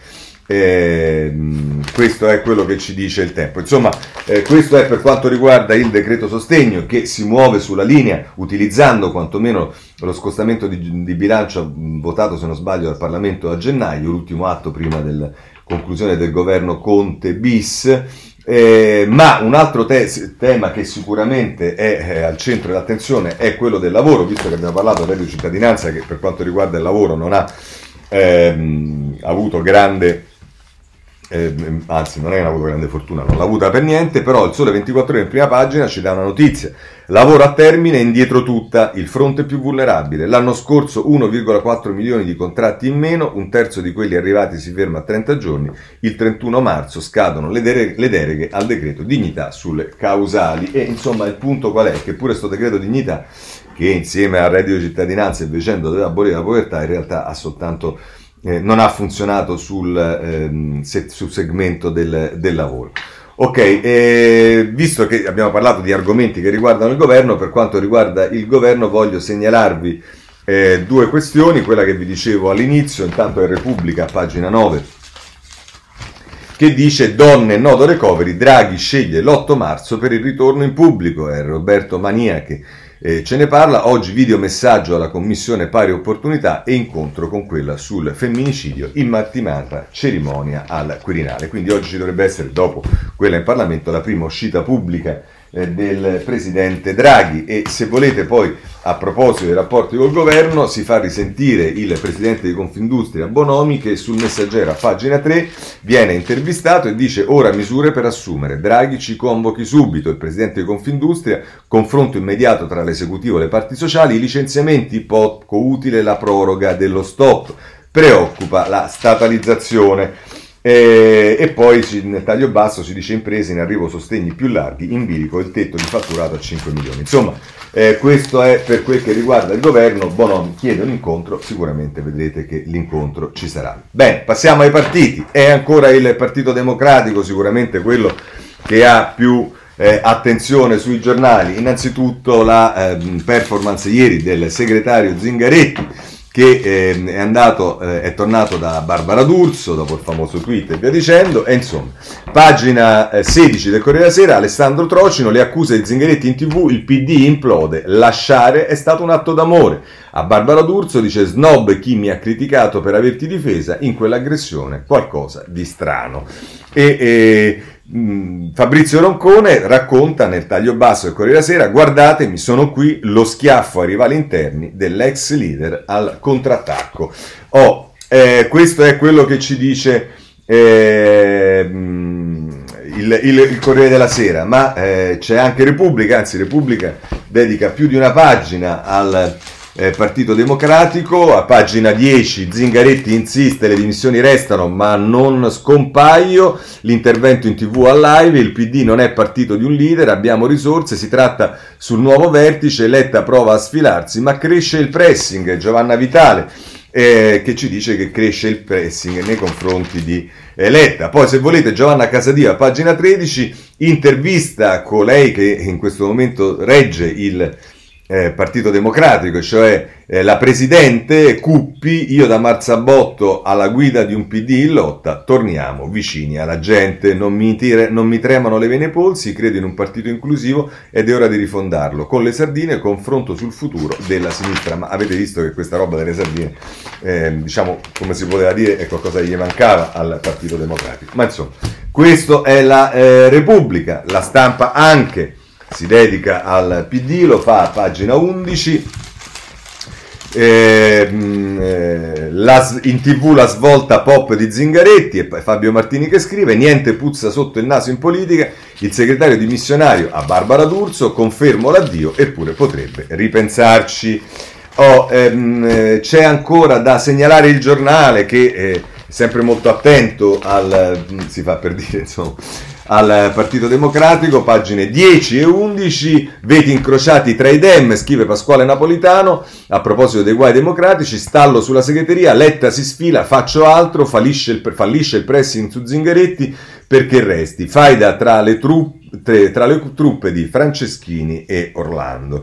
Eh, questo è quello che ci dice il Tempo. Insomma, eh, questo è per quanto riguarda il decreto sostegno, che si muove sulla linea utilizzando quantomeno lo scostamento di, di bilancio votato, se non sbaglio, dal Parlamento a gennaio, l'ultimo atto prima della conclusione del governo Conte bis. Eh, ma un altro te- tema che sicuramente è eh, al centro dell'attenzione è quello del lavoro, visto che abbiamo parlato del reddito di cittadinanza, che per quanto riguarda il lavoro non ha ehm, avuto grande Eh, anzi non è avuto grande fortuna, non l'ha avuta per niente, però il Sole ventiquattro Ore in prima pagina ci dà una notizia: lavoro a termine, indietro tutta, il fronte più vulnerabile, l'anno scorso uno virgola quattro milioni di contratti in meno, un terzo di quelli arrivati si ferma a trenta giorni, il trentuno marzo scadono le deleghe, le deleghe al decreto dignità sulle causali. E insomma il punto qual è? Che pure questo decreto dignità, che insieme al reddito di cittadinanza e dicendo deve abolire la povertà, in realtà ha soltanto Eh, non ha funzionato sul, ehm, se, sul segmento del, del lavoro. Ok, eh, visto che abbiamo parlato di argomenti che riguardano il governo, per quanto riguarda il governo voglio segnalarvi eh, due questioni. Quella che vi dicevo all'inizio, intanto è Repubblica, pagina nove, che dice donne nodo recovery, Draghi sceglie l'otto marzo per il ritorno in pubblico, è Roberto Mania che Eh, ce ne parla. Oggi videomessaggio alla commissione pari opportunità e incontro con quella sul femminicidio, immattinata cerimonia al Quirinale. Quindi oggi ci dovrebbe essere, dopo quella in Parlamento, la prima uscita pubblica eh, del presidente Draghi. E se volete poi, a proposito dei rapporti col governo, si fa risentire il presidente di Confindustria Bonomi, che sul Messaggero a pagina tre viene intervistato e dice: ora misure per assumere, Draghi ci convochi subito. Il presidente di Confindustria: confronto immediato tra l'esecutivo e le parti sociali, i licenziamenti, poco utile la proroga dello stop, preoccupa la statalizzazione. E, e poi nel taglio basso si dice: imprese in arrivo sostegni più larghi, in bilico il tetto di fatturato a cinque milioni. Insomma, eh, questo è per quel che riguarda il governo. Bonomi chiede un incontro, sicuramente vedrete che l'incontro ci sarà. Bene, passiamo ai partiti. È ancora il Partito Democratico sicuramente quello che ha più eh, attenzione sui giornali. Innanzitutto la eh, performance ieri del segretario Zingaretti, che eh, è andato, eh, è tornato da Barbara D'Urso dopo il famoso tweet e via dicendo. E insomma, pagina eh, sedici del Corriere della Sera, Alessandro Trocino, le accuse di Zingaretti in tv, il P D implode, lasciare è stato un atto d'amore. A Barbara D'Urso dice: snob chi mi ha criticato per averti difesa, in quell'aggressione qualcosa di strano. E, e mh, Fabrizio Roncone racconta nel taglio basso del Corriere della Sera: guardatemi, sono qui, lo schiaffo ai rivali interni dell'ex leader al contrattacco. Oh, eh, questo è quello che ci dice eh, il, il, il Corriere della Sera, ma eh, c'è anche Repubblica, anzi Repubblica dedica più di una pagina al Eh, Partito Democratico. A pagina dieci Zingaretti insiste, le dimissioni restano ma non scompaio, l'intervento in tv al live, il P D non è partito di un leader, abbiamo risorse, si tratta sul nuovo vertice, Letta prova a sfilarsi ma cresce il pressing. Giovanna Vitale eh, che ci dice che cresce il pressing nei confronti di eh, Letta. Poi se volete Giovanna Casadio a pagina tredici, intervista colei che in questo momento regge il eh, Partito Democratico, cioè eh, la presidente Cuppi, io da Marzabotto alla guida di un P D in lotta, torniamo vicini alla gente, non mi, tire, non mi tremano le vene ai polsi, credo in un partito inclusivo ed è ora di rifondarlo. Con le sardine confronto sul futuro della sinistra, ma avete visto che questa roba delle sardine, eh, diciamo, come si poteva dire, è qualcosa che gli mancava al Partito Democratico. Ma insomma, questo è la eh, Repubblica. La Stampa anche si dedica al P D, lo fa a pagina undici. Eh, eh, la, in tv la svolta pop di Zingaretti, e Fabio Martini che scrive: niente puzza sotto il naso in politica, il segretario dimissionario a Barbara D'Urso, confermo l'addio eppure potrebbe ripensarci. Oh, ehm, c'è ancora da segnalare il Giornale che è sempre molto attento al, si fa per dire insomma, al Partito Democratico, pagine dieci e undici, veti incrociati tra i Dem, scrive Pasquale Napolitano, a proposito dei guai democratici, stallo sulla segreteria, Letta si sfila, faccio altro, fallisce il, fallisce il pressing su Zingaretti perché resti, faida tra le, truppe, tra le truppe di Franceschini e Orlando.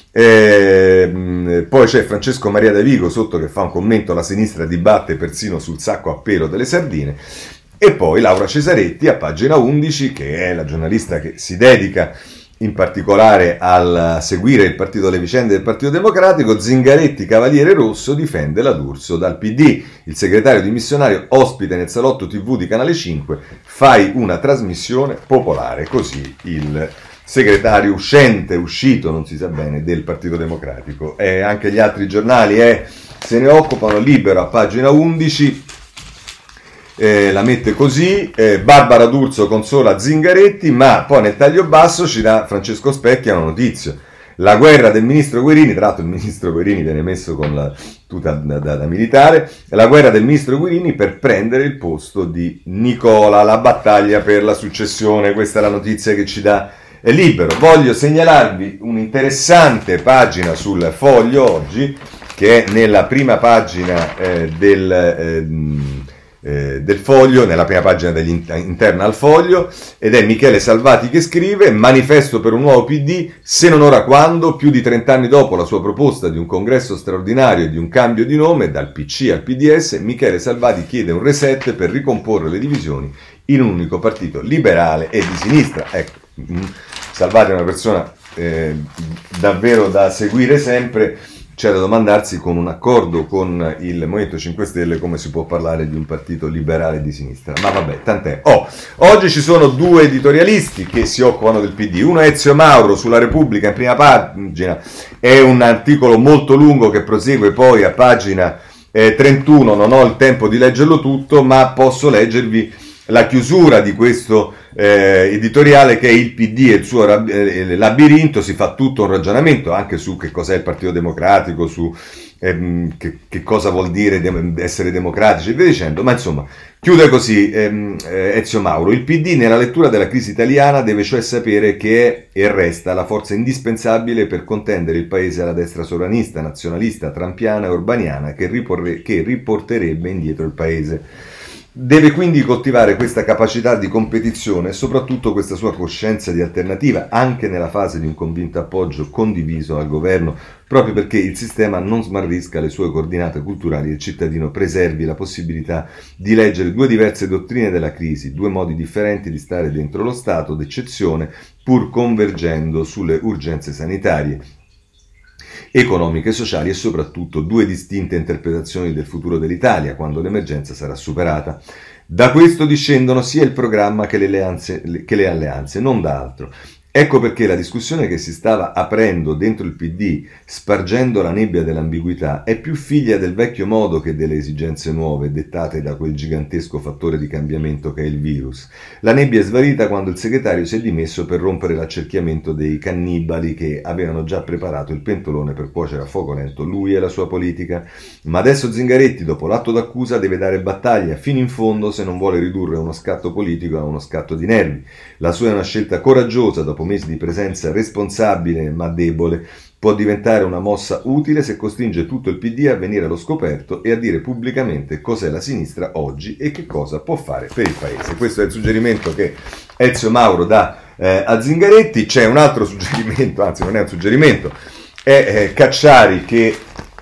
E poi c'è Francesco Maria Da Vigo sotto che fa un commento: la sinistra dibatte persino sul sacco a pelo delle sardine. E poi Laura Cesaretti a pagina undici, che è la giornalista che si dedica in particolare a seguire il partito, le vicende del Partito Democratico. Zingaretti cavaliere rosso difende la D'Urso dal P D, il segretario dimissionario ospite nel salotto tivù di Canale cinque, fai una trasmissione popolare, così il segretario uscente, uscito, non si sa bene, del Partito Democratico. E anche gli altri giornali eh, se ne occupano. Libero a pagina undici eh, la mette così, eh, Barbara D'Urso consola Zingaretti, ma poi nel taglio basso ci dà Francesco Specchia una notizia: la guerra del ministro Guerini, tra l'altro il ministro Guerini viene messo con la tuta da, da, da militare, la guerra del ministro Guerini per prendere il posto di Nicola, la battaglia per la successione. Questa è la notizia che ci dà è Libero. Voglio segnalarvi un'interessante pagina sul Foglio oggi, che è nella prima pagina eh, del, eh, eh, del Foglio, nella prima pagina interna al Foglio, ed è Michele Salvati che scrive: manifesto per un nuovo P D, se non ora quando, più di trent'anni dopo la sua proposta di un congresso straordinario e di un cambio di nome dal P C al P D S, Michele Salvati chiede un reset per ricomporre le divisioni in un unico partito liberale e di sinistra. Ecco, Salvati è una persona eh, davvero da seguire sempre. C'è da domandarsi, con un accordo con il Movimento cinque Stelle, come si può parlare di un partito liberale di sinistra. Ma vabbè, tant'è. Oh, oggi ci sono due editorialisti che si occupano del P D. Uno è Ezio Mauro sulla Repubblica in prima pagina, è un articolo molto lungo che prosegue poi a pagina eh, trentuno. Non ho il tempo di leggerlo tutto, ma posso leggervi la chiusura di questo eh, editoriale, che è il P D e il suo rab- eh, labirinto. Si fa tutto un ragionamento anche su che cos'è il Partito Democratico, su ehm, che, che cosa vuol dire de- essere democratici e via dicendo. Ma insomma, chiude così ehm, eh, Ezio Mauro: il P D nella lettura della crisi italiana deve cioè sapere che è e resta la forza indispensabile per contendere il paese alla destra sovranista, nazionalista, trampiana e urbaniana che, riporre- che riporterebbe indietro il paese. Deve quindi coltivare questa capacità di competizione e soprattutto questa sua coscienza di alternativa, anche nella fase di un convinto appoggio condiviso al governo, proprio perché il sistema non smarrisca le sue coordinate culturali e il cittadino preservi la possibilità di leggere due diverse dottrine della crisi, due modi differenti di stare dentro lo stato d'eccezione, pur convergendo sulle urgenze sanitarie, economiche e sociali, e soprattutto due distinte interpretazioni del futuro dell'Italia quando l'emergenza sarà superata. Da questo discendono sia il programma che le alleanze, che le alleanze, non da altro. Ecco perché la discussione che si stava aprendo dentro il P D, spargendo la nebbia dell'ambiguità, è più figlia del vecchio modo che delle esigenze nuove dettate da quel gigantesco fattore di cambiamento che è il virus. La nebbia è svanita quando il segretario si è dimesso per rompere l'accerchiamento dei cannibali che avevano già preparato il pentolone per cuocere a fuoco lento lui e la sua politica. Ma adesso Zingaretti, dopo l'atto d'accusa, deve dare battaglia fino in fondo se non vuole ridurre uno scatto politico a uno scatto di nervi. La sua è una scelta coraggiosa. Dopo mesi di presenza responsabile ma debole, può diventare una mossa utile se costringe tutto il P D a venire allo scoperto e a dire pubblicamente cos'è la sinistra oggi e che cosa può fare per il paese. Questo è il suggerimento che Ezio Mauro dà eh, a Zingaretti. C'è un altro suggerimento, anzi non è un suggerimento, è eh, Cacciari che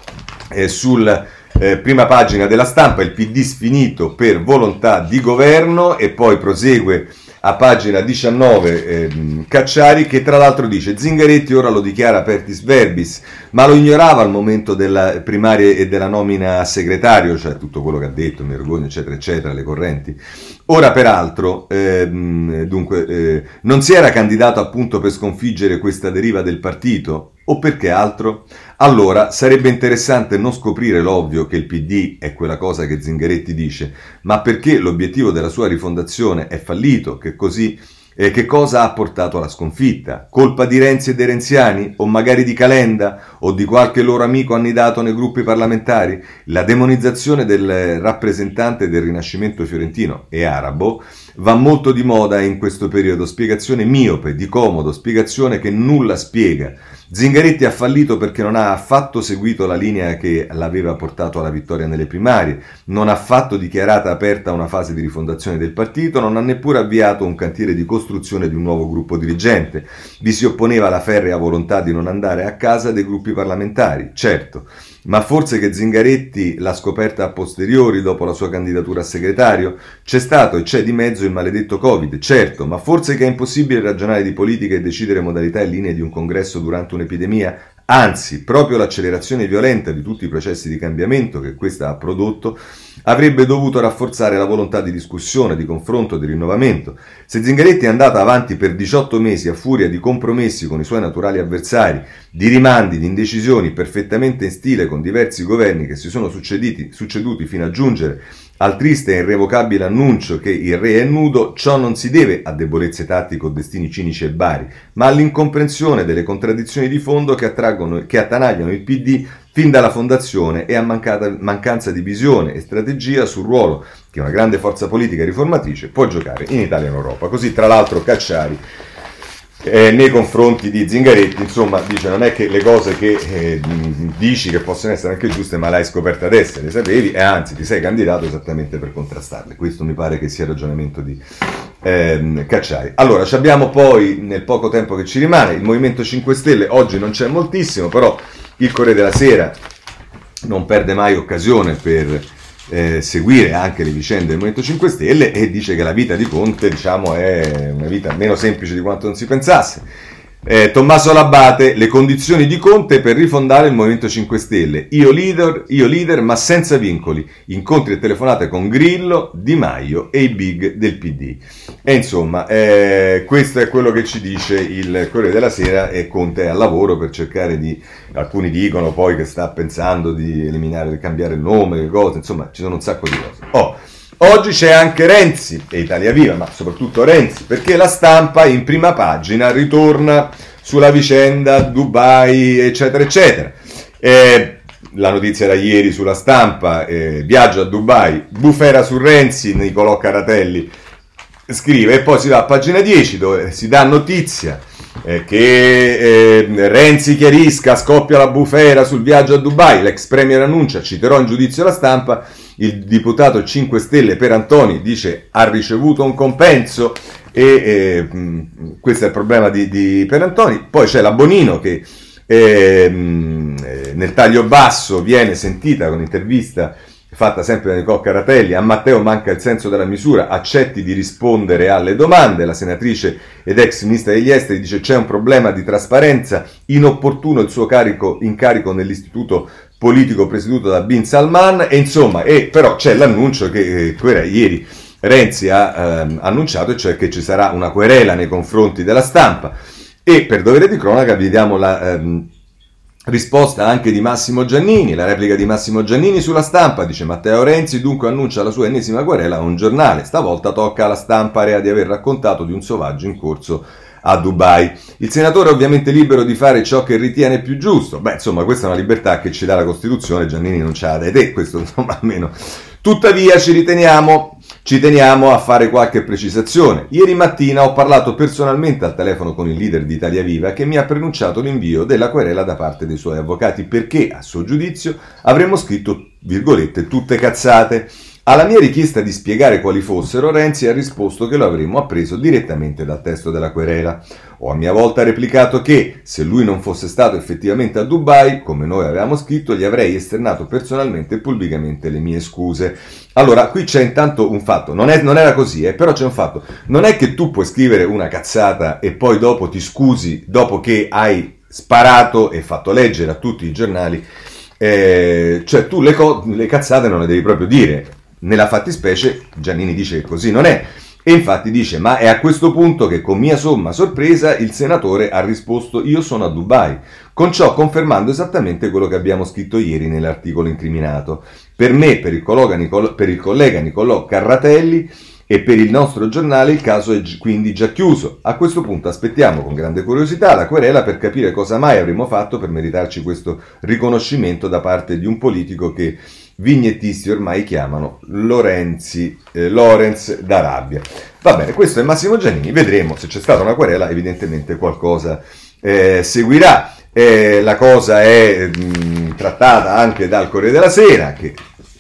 eh, sul eh, prima pagina della Stampa, il P D sfinito per volontà di governo, e poi prosegue a pagina diciannove ehm, Cacciari, che tra l'altro dice: Zingaretti ora lo dichiara apertis verbis, ma lo ignorava al momento della primaria e della nomina a segretario, cioè tutto quello che ha detto, mi vergogno, eccetera, eccetera, le correnti. Ora peraltro, ehm, dunque, eh, non si era candidato appunto per sconfiggere questa deriva del partito? O perché altro? Allora sarebbe interessante non scoprire l'ovvio che il P D è quella cosa che Zingaretti dice, ma perché l'obiettivo della sua rifondazione è fallito, che così eh, che cosa ha portato alla sconfitta? Colpa di Renzi e dei renziani? O magari di Calenda? O di qualche loro amico annidato nei gruppi parlamentari? La demonizzazione del rappresentante del Rinascimento fiorentino e arabo va molto di moda in questo periodo, spiegazione miope, di comodo, spiegazione che nulla spiega. Zingaretti ha fallito perché non ha affatto seguito la linea che l'aveva portato alla vittoria nelle primarie, non ha affatto dichiarata aperta una fase di rifondazione del partito, non ha neppure avviato un cantiere di costruzione di un nuovo gruppo dirigente. Vi si opponeva la ferrea volontà di non andare a casa dei gruppi parlamentari, certo, ma forse che Zingaretti l'ha scoperta a posteriori dopo la sua candidatura a segretario? C'è stato e c'è di mezzo il maledetto Covid, certo, ma forse che è impossibile ragionare di politica e decidere modalità e linee di un congresso durante un'epidemia? Anzi, proprio l'accelerazione violenta di tutti i processi di cambiamento che questa ha prodotto avrebbe dovuto rafforzare la volontà di discussione, di confronto, di rinnovamento. Se Zingaretti è andata avanti per diciotto mesi a furia di compromessi con i suoi naturali avversari, di rimandi, di indecisioni, perfettamente in stile con diversi governi che si sono succediti, succeduti fino a giungere al triste e irrevocabile annuncio che il re è nudo, ciò non si deve a debolezze tattiche o destini cinici e bari, ma all'incomprensione delle contraddizioni di fondo che, attraggono, che attanagliano il P D fin dalla fondazione e a mancata, mancanza di visione e strategia sul ruolo che una grande forza politica riformatrice può giocare in Italia e in Europa. Così, tra l'altro, Cacciari Eh, nei confronti di Zingaretti, insomma, dice: non è che le cose che eh, dici che possono essere anche giuste, ma l'hai scoperta adesso, le sapevi, e anzi ti sei candidato esattamente per contrastarle. Questo mi pare che sia il ragionamento di eh, Cacciari. Allora, abbiamo poi, nel poco tempo che ci rimane, il Movimento cinque Stelle. Oggi non c'è moltissimo, però il Corriere della Sera non perde mai occasione per Eh, seguire anche le vicende del Movimento cinque Stelle, e dice che la vita di Conte, diciamo, è una vita meno semplice di quanto non si pensasse. Eh, Tommaso Labate: le condizioni di Conte per rifondare il Movimento cinque Stelle, io leader, io leader ma senza vincoli, incontri e telefonate con Grillo, Di Maio e i big del P D. E insomma, eh, questo è quello che ci dice il Corriere della Sera, e Conte è al lavoro per cercare di, alcuni dicono poi che sta pensando di eliminare, di cambiare il nome, le cose, insomma ci sono un sacco di cose. Oh, oggi c'è anche Renzi e Italia Viva, ma soprattutto Renzi, perché la Stampa in prima pagina ritorna sulla vicenda Dubai, eccetera, eccetera. Eh, la notizia da ieri sulla Stampa, eh, viaggio a Dubai, bufera su Renzi, Nicolò Caratelli scrive, e poi si va a pagina dieci dove si dà notizia eh, che eh, Renzi chiarisca, scoppia la bufera sul viaggio a Dubai, l'ex premier annuncia, citerò in giudizio la Stampa, il deputato cinque Stelle Perantoni dice ha ricevuto un compenso, e eh, mh, questo è il problema di, di Perantoni. Poi c'è la Bonino che eh, mh, nel taglio basso viene sentita con intervista fatta sempre da Nicolò Caratelli: a Matteo manca il senso della misura, accetti di rispondere alle domande. La senatrice ed ex ministra degli esteri dice c'è un problema di trasparenza, inopportuno il suo carico, incarico nell'istituto politico presieduto da Bin Salman, e insomma, e però c'è l'annuncio che eh, era ieri Renzi ha ehm, annunciato, e cioè che ci sarà una querela nei confronti della Stampa. E per dovere di cronaca vediamo la ehm, risposta anche di Massimo Giannini, la replica di Massimo Giannini sulla Stampa. Dice: Matteo Renzi dunque annuncia la sua ennesima querela a un giornale, stavolta tocca alla Stampa area di aver raccontato di un sovaggio in corso a Dubai. Il senatore è ovviamente libero di fare ciò che ritiene più giusto. Beh, insomma, questa è una libertà che ci dà la Costituzione, Giannini non ce l'ha dai te, questo insomma almeno. Tuttavia ci riteniamo, ci teniamo a fare qualche precisazione. Ieri mattina ho parlato personalmente al telefono con il leader di Italia Viva, che mi ha preannunciato l'invio della querela da parte dei suoi avvocati perché, a suo giudizio, avremmo scritto, virgolette, tutte cazzate. Alla mia richiesta di spiegare quali fossero, Renzi ha risposto che lo avremmo appreso direttamente dal testo della querela. Ho a mia volta replicato che, se lui non fosse stato effettivamente a Dubai, come noi avevamo scritto, gli avrei esternato personalmente e pubblicamente le mie scuse. Allora, qui c'è intanto un fatto, non, è, non era così, eh, però c'è un fatto. Non è che tu puoi scrivere una cazzata e poi dopo ti scusi, dopo che hai sparato e fatto leggere a tutti i giornali, eh, cioè tu le, co- le cazzate non le devi proprio dire. Nella fattispecie Giannini dice che così non è, e infatti dice: ma è a questo punto che con mia somma sorpresa il senatore ha risposto: io sono a Dubai, con ciò confermando esattamente quello che abbiamo scritto ieri nell'articolo incriminato. Per me, per il collega, Nicolo, per il collega Nicolò Carratelli e per il nostro giornale il caso è quindi già chiuso. A questo punto aspettiamo con grande curiosità la querela per capire cosa mai avremmo fatto per meritarci questo riconoscimento da parte di un politico che vignettisti ormai chiamano Lorenzi, eh, Lorenz d'Arabia. Va bene, questo è Massimo Giannini, vedremo se c'è stata una querela, evidentemente qualcosa eh, seguirà. Eh, la cosa è mh, trattata anche dal Corriere della Sera, che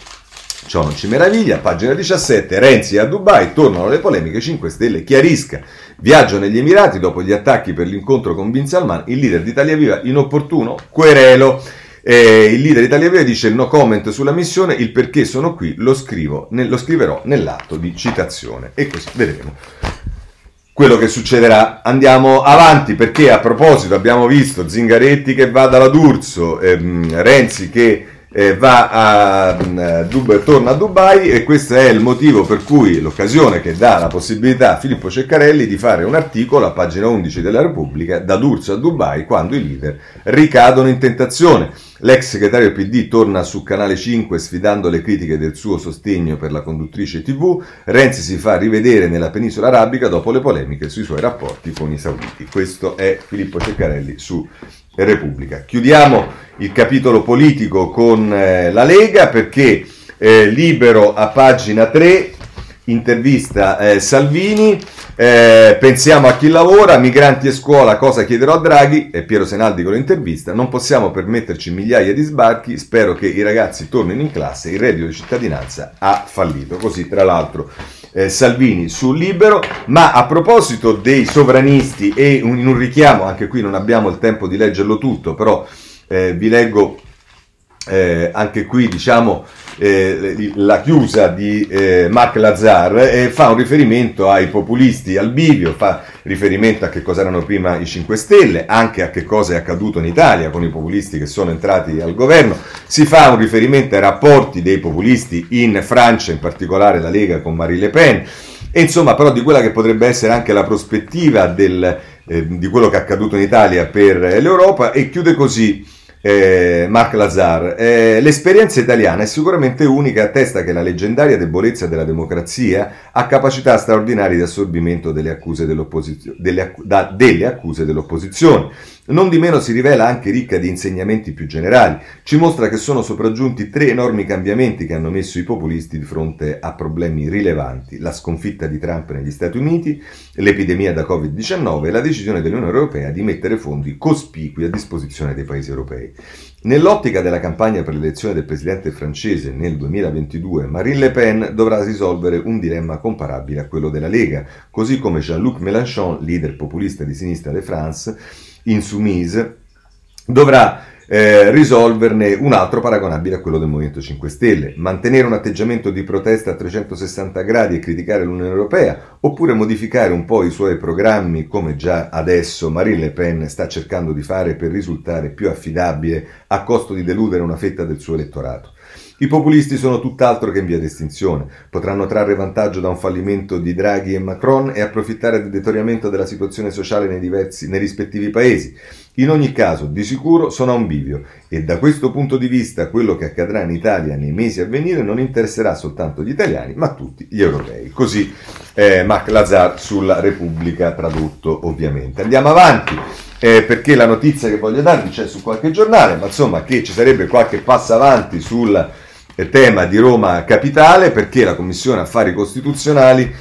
ciò non ci meraviglia. Pagina diciassette, Renzi a Dubai, tornano le polemiche, cinque Stelle chiarisca. Viaggio negli Emirati dopo gli attacchi per l'incontro con Bin Salman, il leader di Italia Viva inopportuno, querelo. Eh, il leader Italia Viva dice no comment sulla missione, il perché sono qui lo, scrivo, ne, lo scriverò nell'atto di citazione, e così vedremo quello che succederà. Andiamo avanti, perché a proposito abbiamo visto Zingaretti che va dalla D'Urso, ehm, Renzi che eh, va a, a Dub- torna a Dubai, e questo è il motivo per cui, l'occasione che dà la possibilità a Filippo Ceccarelli di fare un articolo a pagina undici della Repubblica: da D'Urso a Dubai quando i leader ricadono in tentazione. L'ex segretario P D torna su Canale cinque sfidando le critiche del suo sostegno per la conduttrice tivù. Renzi si fa rivedere nella penisola arabica dopo le polemiche sui suoi rapporti con i sauditi. Questo è Filippo Ceccarelli su Repubblica. Chiudiamo il capitolo politico con eh, la Lega, perché eh, Libero a pagina tre intervista eh, Salvini. Eh, pensiamo a chi lavora, migranti e scuola, cosa chiederò a Draghi, e Piero Senaldi con l'intervista: non possiamo permetterci migliaia di sbarchi, spero che i ragazzi tornino in classe, il reddito di cittadinanza ha fallito. Così tra l'altro eh, Salvini su Libero. Ma a proposito dei sovranisti, e un, in un richiamo, anche qui non abbiamo il tempo di leggerlo tutto, però eh, vi leggo eh, anche qui diciamo Eh, la chiusa di eh, Marc Lazar, e eh, fa un riferimento ai populisti al bivio, fa riferimento a che cosa erano prima i cinque Stelle, anche a che cosa è accaduto in Italia con i populisti che sono entrati al governo, si fa un riferimento ai rapporti dei populisti in Francia, in particolare la Lega con Marine Le Pen, e insomma però di quella che potrebbe essere anche la prospettiva del, eh, di quello che è accaduto in Italia per l'Europa, e chiude così Eh, Marc Lazar: eh, l'esperienza italiana è sicuramente unica, attesta che la leggendaria debolezza della democrazia ha capacità straordinarie di assorbimento delle accuse dell'opposizione, delle, acc- da, delle accuse dell'opposizione. Non di meno si rivela anche ricca di insegnamenti più generali, ci mostra che sono sopraggiunti tre enormi cambiamenti che hanno messo i populisti di fronte a problemi rilevanti: la sconfitta di Trump negli Stati Uniti, l'epidemia da covid diciannove e la decisione dell'Unione Europea di mettere fondi cospicui a disposizione dei paesi europei. Nell'ottica della campagna per l'elezione del presidente francese nel duemilaventidue, Marine Le Pen dovrà risolvere un dilemma comparabile a quello della Lega, così come Jean-Luc Mélenchon, leader populista di sinistra de France, Insoumise, dovrà eh, risolverne un altro paragonabile a quello del Movimento cinque Stelle: mantenere un atteggiamento di protesta a trecentosessanta gradi e criticare l'Unione Europea, oppure modificare un po' i suoi programmi, come già adesso Marine Le Pen sta cercando di fare per risultare più affidabile a costo di deludere una fetta del suo elettorato. I populisti sono tutt'altro che in via d'estinzione, potranno trarre vantaggio da un fallimento di Draghi e Macron e approfittare del deterioramento della situazione sociale nei, diversi, nei rispettivi paesi. In ogni caso, di sicuro sono a un bivio, e da questo punto di vista quello che accadrà in Italia nei mesi a venire non interesserà soltanto gli italiani, ma tutti gli europei. Così eh, Marc Lazar sulla Repubblica, tradotto ovviamente. Andiamo avanti. Eh, perché la notizia che voglio darvi c'è su qualche giornale, ma insomma che ci sarebbe qualche passo avanti sul eh, tema di Roma Capitale, perché la Commissione Affari Costituzionali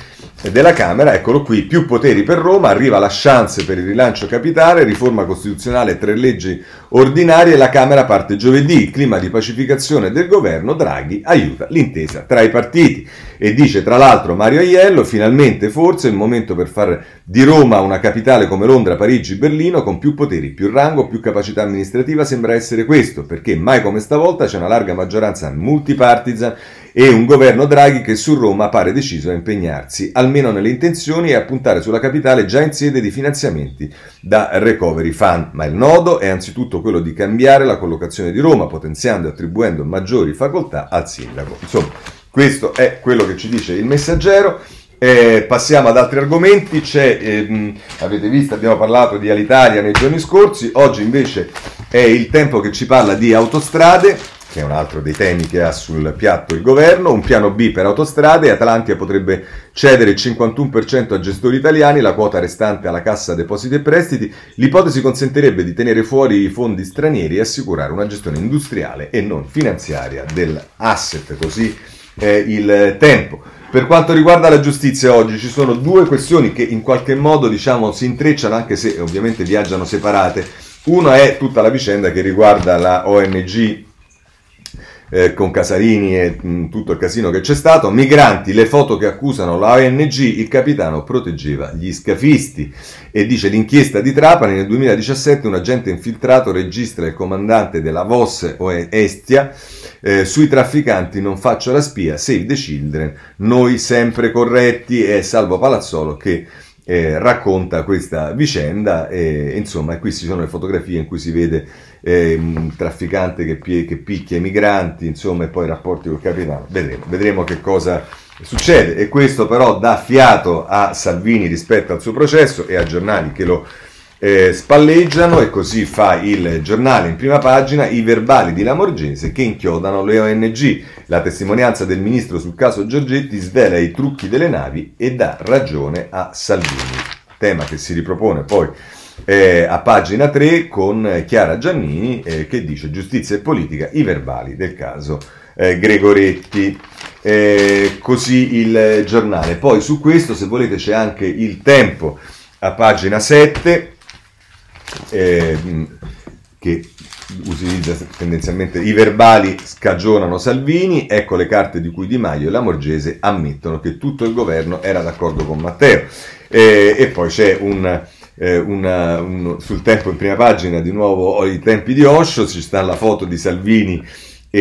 della Camera, eccolo qui, più poteri per Roma, arriva la chance per il rilancio capitale, riforma costituzionale, tre leggi ordinarie, la Camera parte giovedì, clima di pacificazione del governo, Draghi aiuta l'intesa tra i partiti. E dice tra l'altro Mario Aiello, finalmente forse il momento per far di Roma una capitale come Londra, Parigi, Berlino, con più poteri, più rango, più capacità amministrativa, sembra essere questo, perché mai come stavolta c'è una larga maggioranza multipartisan e un governo Draghi che su Roma pare deciso a impegnarsi, almeno nelle intenzioni, e a puntare sulla capitale già in sede di finanziamenti da Recovery Fund. Ma il nodo è anzitutto quello di cambiare la collocazione di Roma, potenziando e attribuendo maggiori facoltà al sindaco. Insomma, questo è quello che ci dice il Messaggero. Eh, passiamo ad altri argomenti. C'è, ehm, avete visto, abbiamo parlato di Alitalia nei giorni scorsi, oggi invece è il Tempo che ci parla di autostrade, che è un altro dei temi che ha sul piatto il governo, un piano B per autostrade, Atlantia potrebbe cedere il cinquantuno per cento a gestori italiani, la quota restante alla Cassa Depositi e Prestiti, l'ipotesi consentirebbe di tenere fuori i fondi stranieri e assicurare una gestione industriale e non finanziaria dell'asset, così è il Tempo. Per quanto riguarda la giustizia oggi ci sono due questioni che in qualche modo diciamo si intrecciano, anche se ovviamente viaggiano separate. Una è tutta la vicenda che riguarda la O N G eh, con Casarini e mh, tutto il casino che c'è stato. Migranti, le foto che accusano la O N G, il capitano proteggeva gli scafisti. E dice l'inchiesta di Trapani, nel duemiladiciassette un agente infiltrato registra il comandante della V O S Estia, Eh, sui trafficanti non faccio la spia, Save the Children, noi sempre corretti. È Salvo Palazzolo che eh, racconta questa vicenda e insomma qui ci sono le fotografie in cui si vede eh, un trafficante che, pie- che picchia i migranti, insomma, e poi i rapporti col capitano. Vedremo, vedremo che cosa succede, e questo però dà fiato a Salvini rispetto al suo processo e a giornali che lo Eh, spalleggiano, e così fa il Giornale in prima pagina: i verbali di Lamorgese che inchiodano le O N G, la testimonianza del ministro sul caso Giorgetti svela i trucchi delle navi e dà ragione a Salvini, tema che si ripropone poi eh, a pagina tre con Chiara Giannini eh, che dice giustizia e politica, i verbali del caso eh, Gregoretti. Eh, così il Giornale. Poi su questo, se volete, c'è anche il Tempo a pagina sette, Eh, che utilizza tendenzialmente i verbali scagionano Salvini, ecco le carte di cui Di Maio e Lamorgese ammettono che tutto il governo era d'accordo con Matteo. Eh, e poi c'è un, eh, una, un sul Tempo in prima pagina di nuovo i tempi di Osho, ci sta la foto di Salvini e,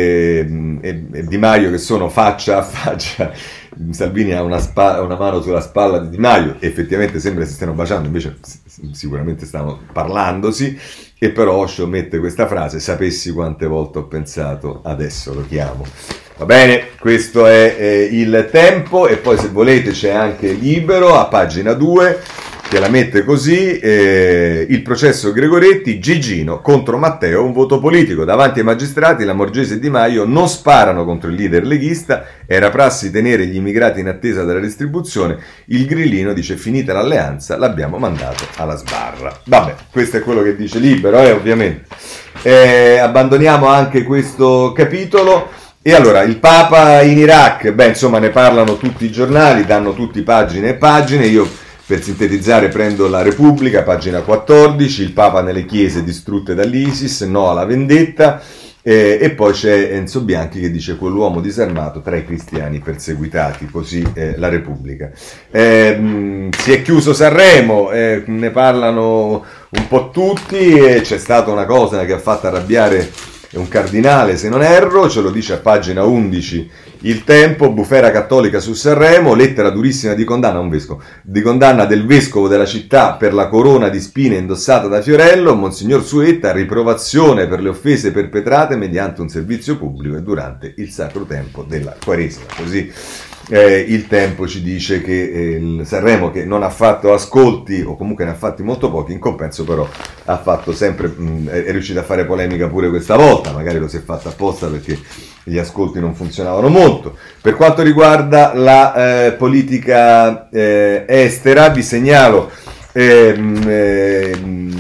e, e, e Di Maio che sono faccia a faccia. Salvini ha una, spa- una mano sulla spalla di Di Maio, effettivamente sembra che si stiano baciando, invece sicuramente stanno parlandosi, e però Osho mette questa frase: sapessi quante volte ho pensato, adesso lo chiamo. Va bene, questo è eh, il Tempo. E poi, se volete, c'è anche Libero a pagina due che la mette così: eh, il processo Gregoretti, Gigino contro Matteo, un voto politico. Davanti ai magistrati Lamorgese e Di Maio non sparano contro il leader leghista, era prassi tenere gli immigrati in attesa della distribuzione, il grillino dice finita l'alleanza l'abbiamo mandato alla sbarra. Vabbè, questo è quello che dice Libero, eh, ovviamente. Eh, abbandoniamo anche questo capitolo. E allora, il Papa in Iraq, beh, insomma, ne parlano tutti i giornali, danno tutti pagine e pagine. Io, per sintetizzare, prendo la Repubblica, pagina quattordici, il Papa nelle chiese distrutte dall'ISIS, no alla vendetta, eh, e poi c'è Enzo Bianchi che dice quell'uomo disarmato tra i cristiani perseguitati, così eh, la Repubblica. Eh, mh, si è chiuso Sanremo, eh, ne parlano un po' tutti, e c'è stata una cosa che ha fatto arrabbiare un cardinale, se non erro, ce lo dice a pagina undici il Tempo: bufera cattolica su Sanremo, lettera durissima di condanna, un vescovo, di condanna del vescovo della città per la corona di spine indossata da Fiorello, Monsignor Suetta, riprovazione per le offese perpetrate mediante un servizio pubblico e durante il sacro tempo della Quaresima. Così eh, il Tempo ci dice che eh, il Sanremo, che non ha fatto ascolti, o comunque ne ha fatti molto pochi, in compenso però ha fatto sempre, mh, è riuscito a fare polemica pure questa volta, magari lo si è fatto apposta perché gli ascolti non funzionavano molto. Per quanto riguarda la eh, politica eh, estera, vi segnalo ehm, ehm,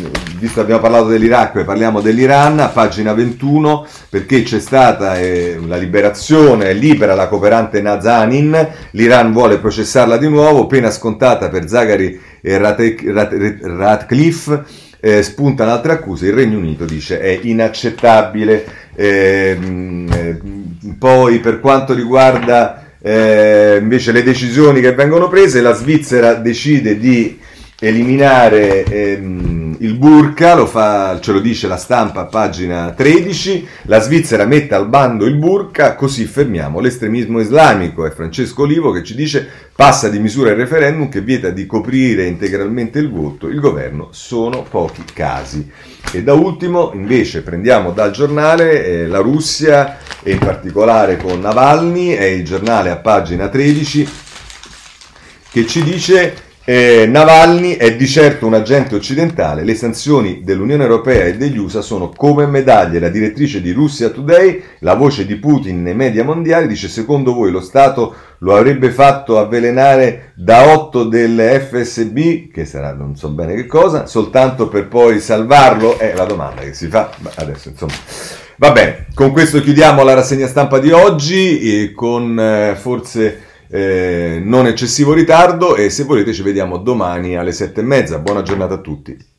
visto che abbiamo parlato dell'Iraq, parliamo dell'Iran, a pagina ventuno, perché c'è stata eh, la liberazione, libera la cooperante Nazanin, l'Iran vuole processarla di nuovo, pena scontata per Zaghari e Ratcliffe, eh, spunta un'altra accusa, il Regno Unito dice è inaccettabile. Eh, eh, poi per quanto riguarda eh, invece le decisioni che vengono prese, la Svizzera decide di eliminare ehm, il burqa, lo fa, ce lo dice la Stampa a pagina tredici, la Svizzera mette al bando il burqa, così fermiamo l'estremismo islamico. È Francesco Olivo che ci dice passa di misura il referendum che vieta di coprire integralmente il voto, il governo sono pochi casi. E da ultimo invece prendiamo dal giornale eh, la Russia e in particolare con Navalny, è il giornale a pagina tredici che ci dice Eh, Navalny è di certo un agente occidentale, le sanzioni dell'Unione Europea e degli U S A sono come medaglie. La direttrice di Russia Today, la voce di Putin nei media mondiali, dice secondo voi lo Stato lo avrebbe fatto avvelenare da otto delle F S B, che sarà non so bene che cosa, soltanto per poi salvarlo? È la domanda che si fa. Ma adesso insomma va bene, con questo chiudiamo la rassegna stampa di oggi e con eh, forse Eh, non eccessivo ritardo, e se volete ci vediamo domani alle sette e mezza. Buona giornata a tutti.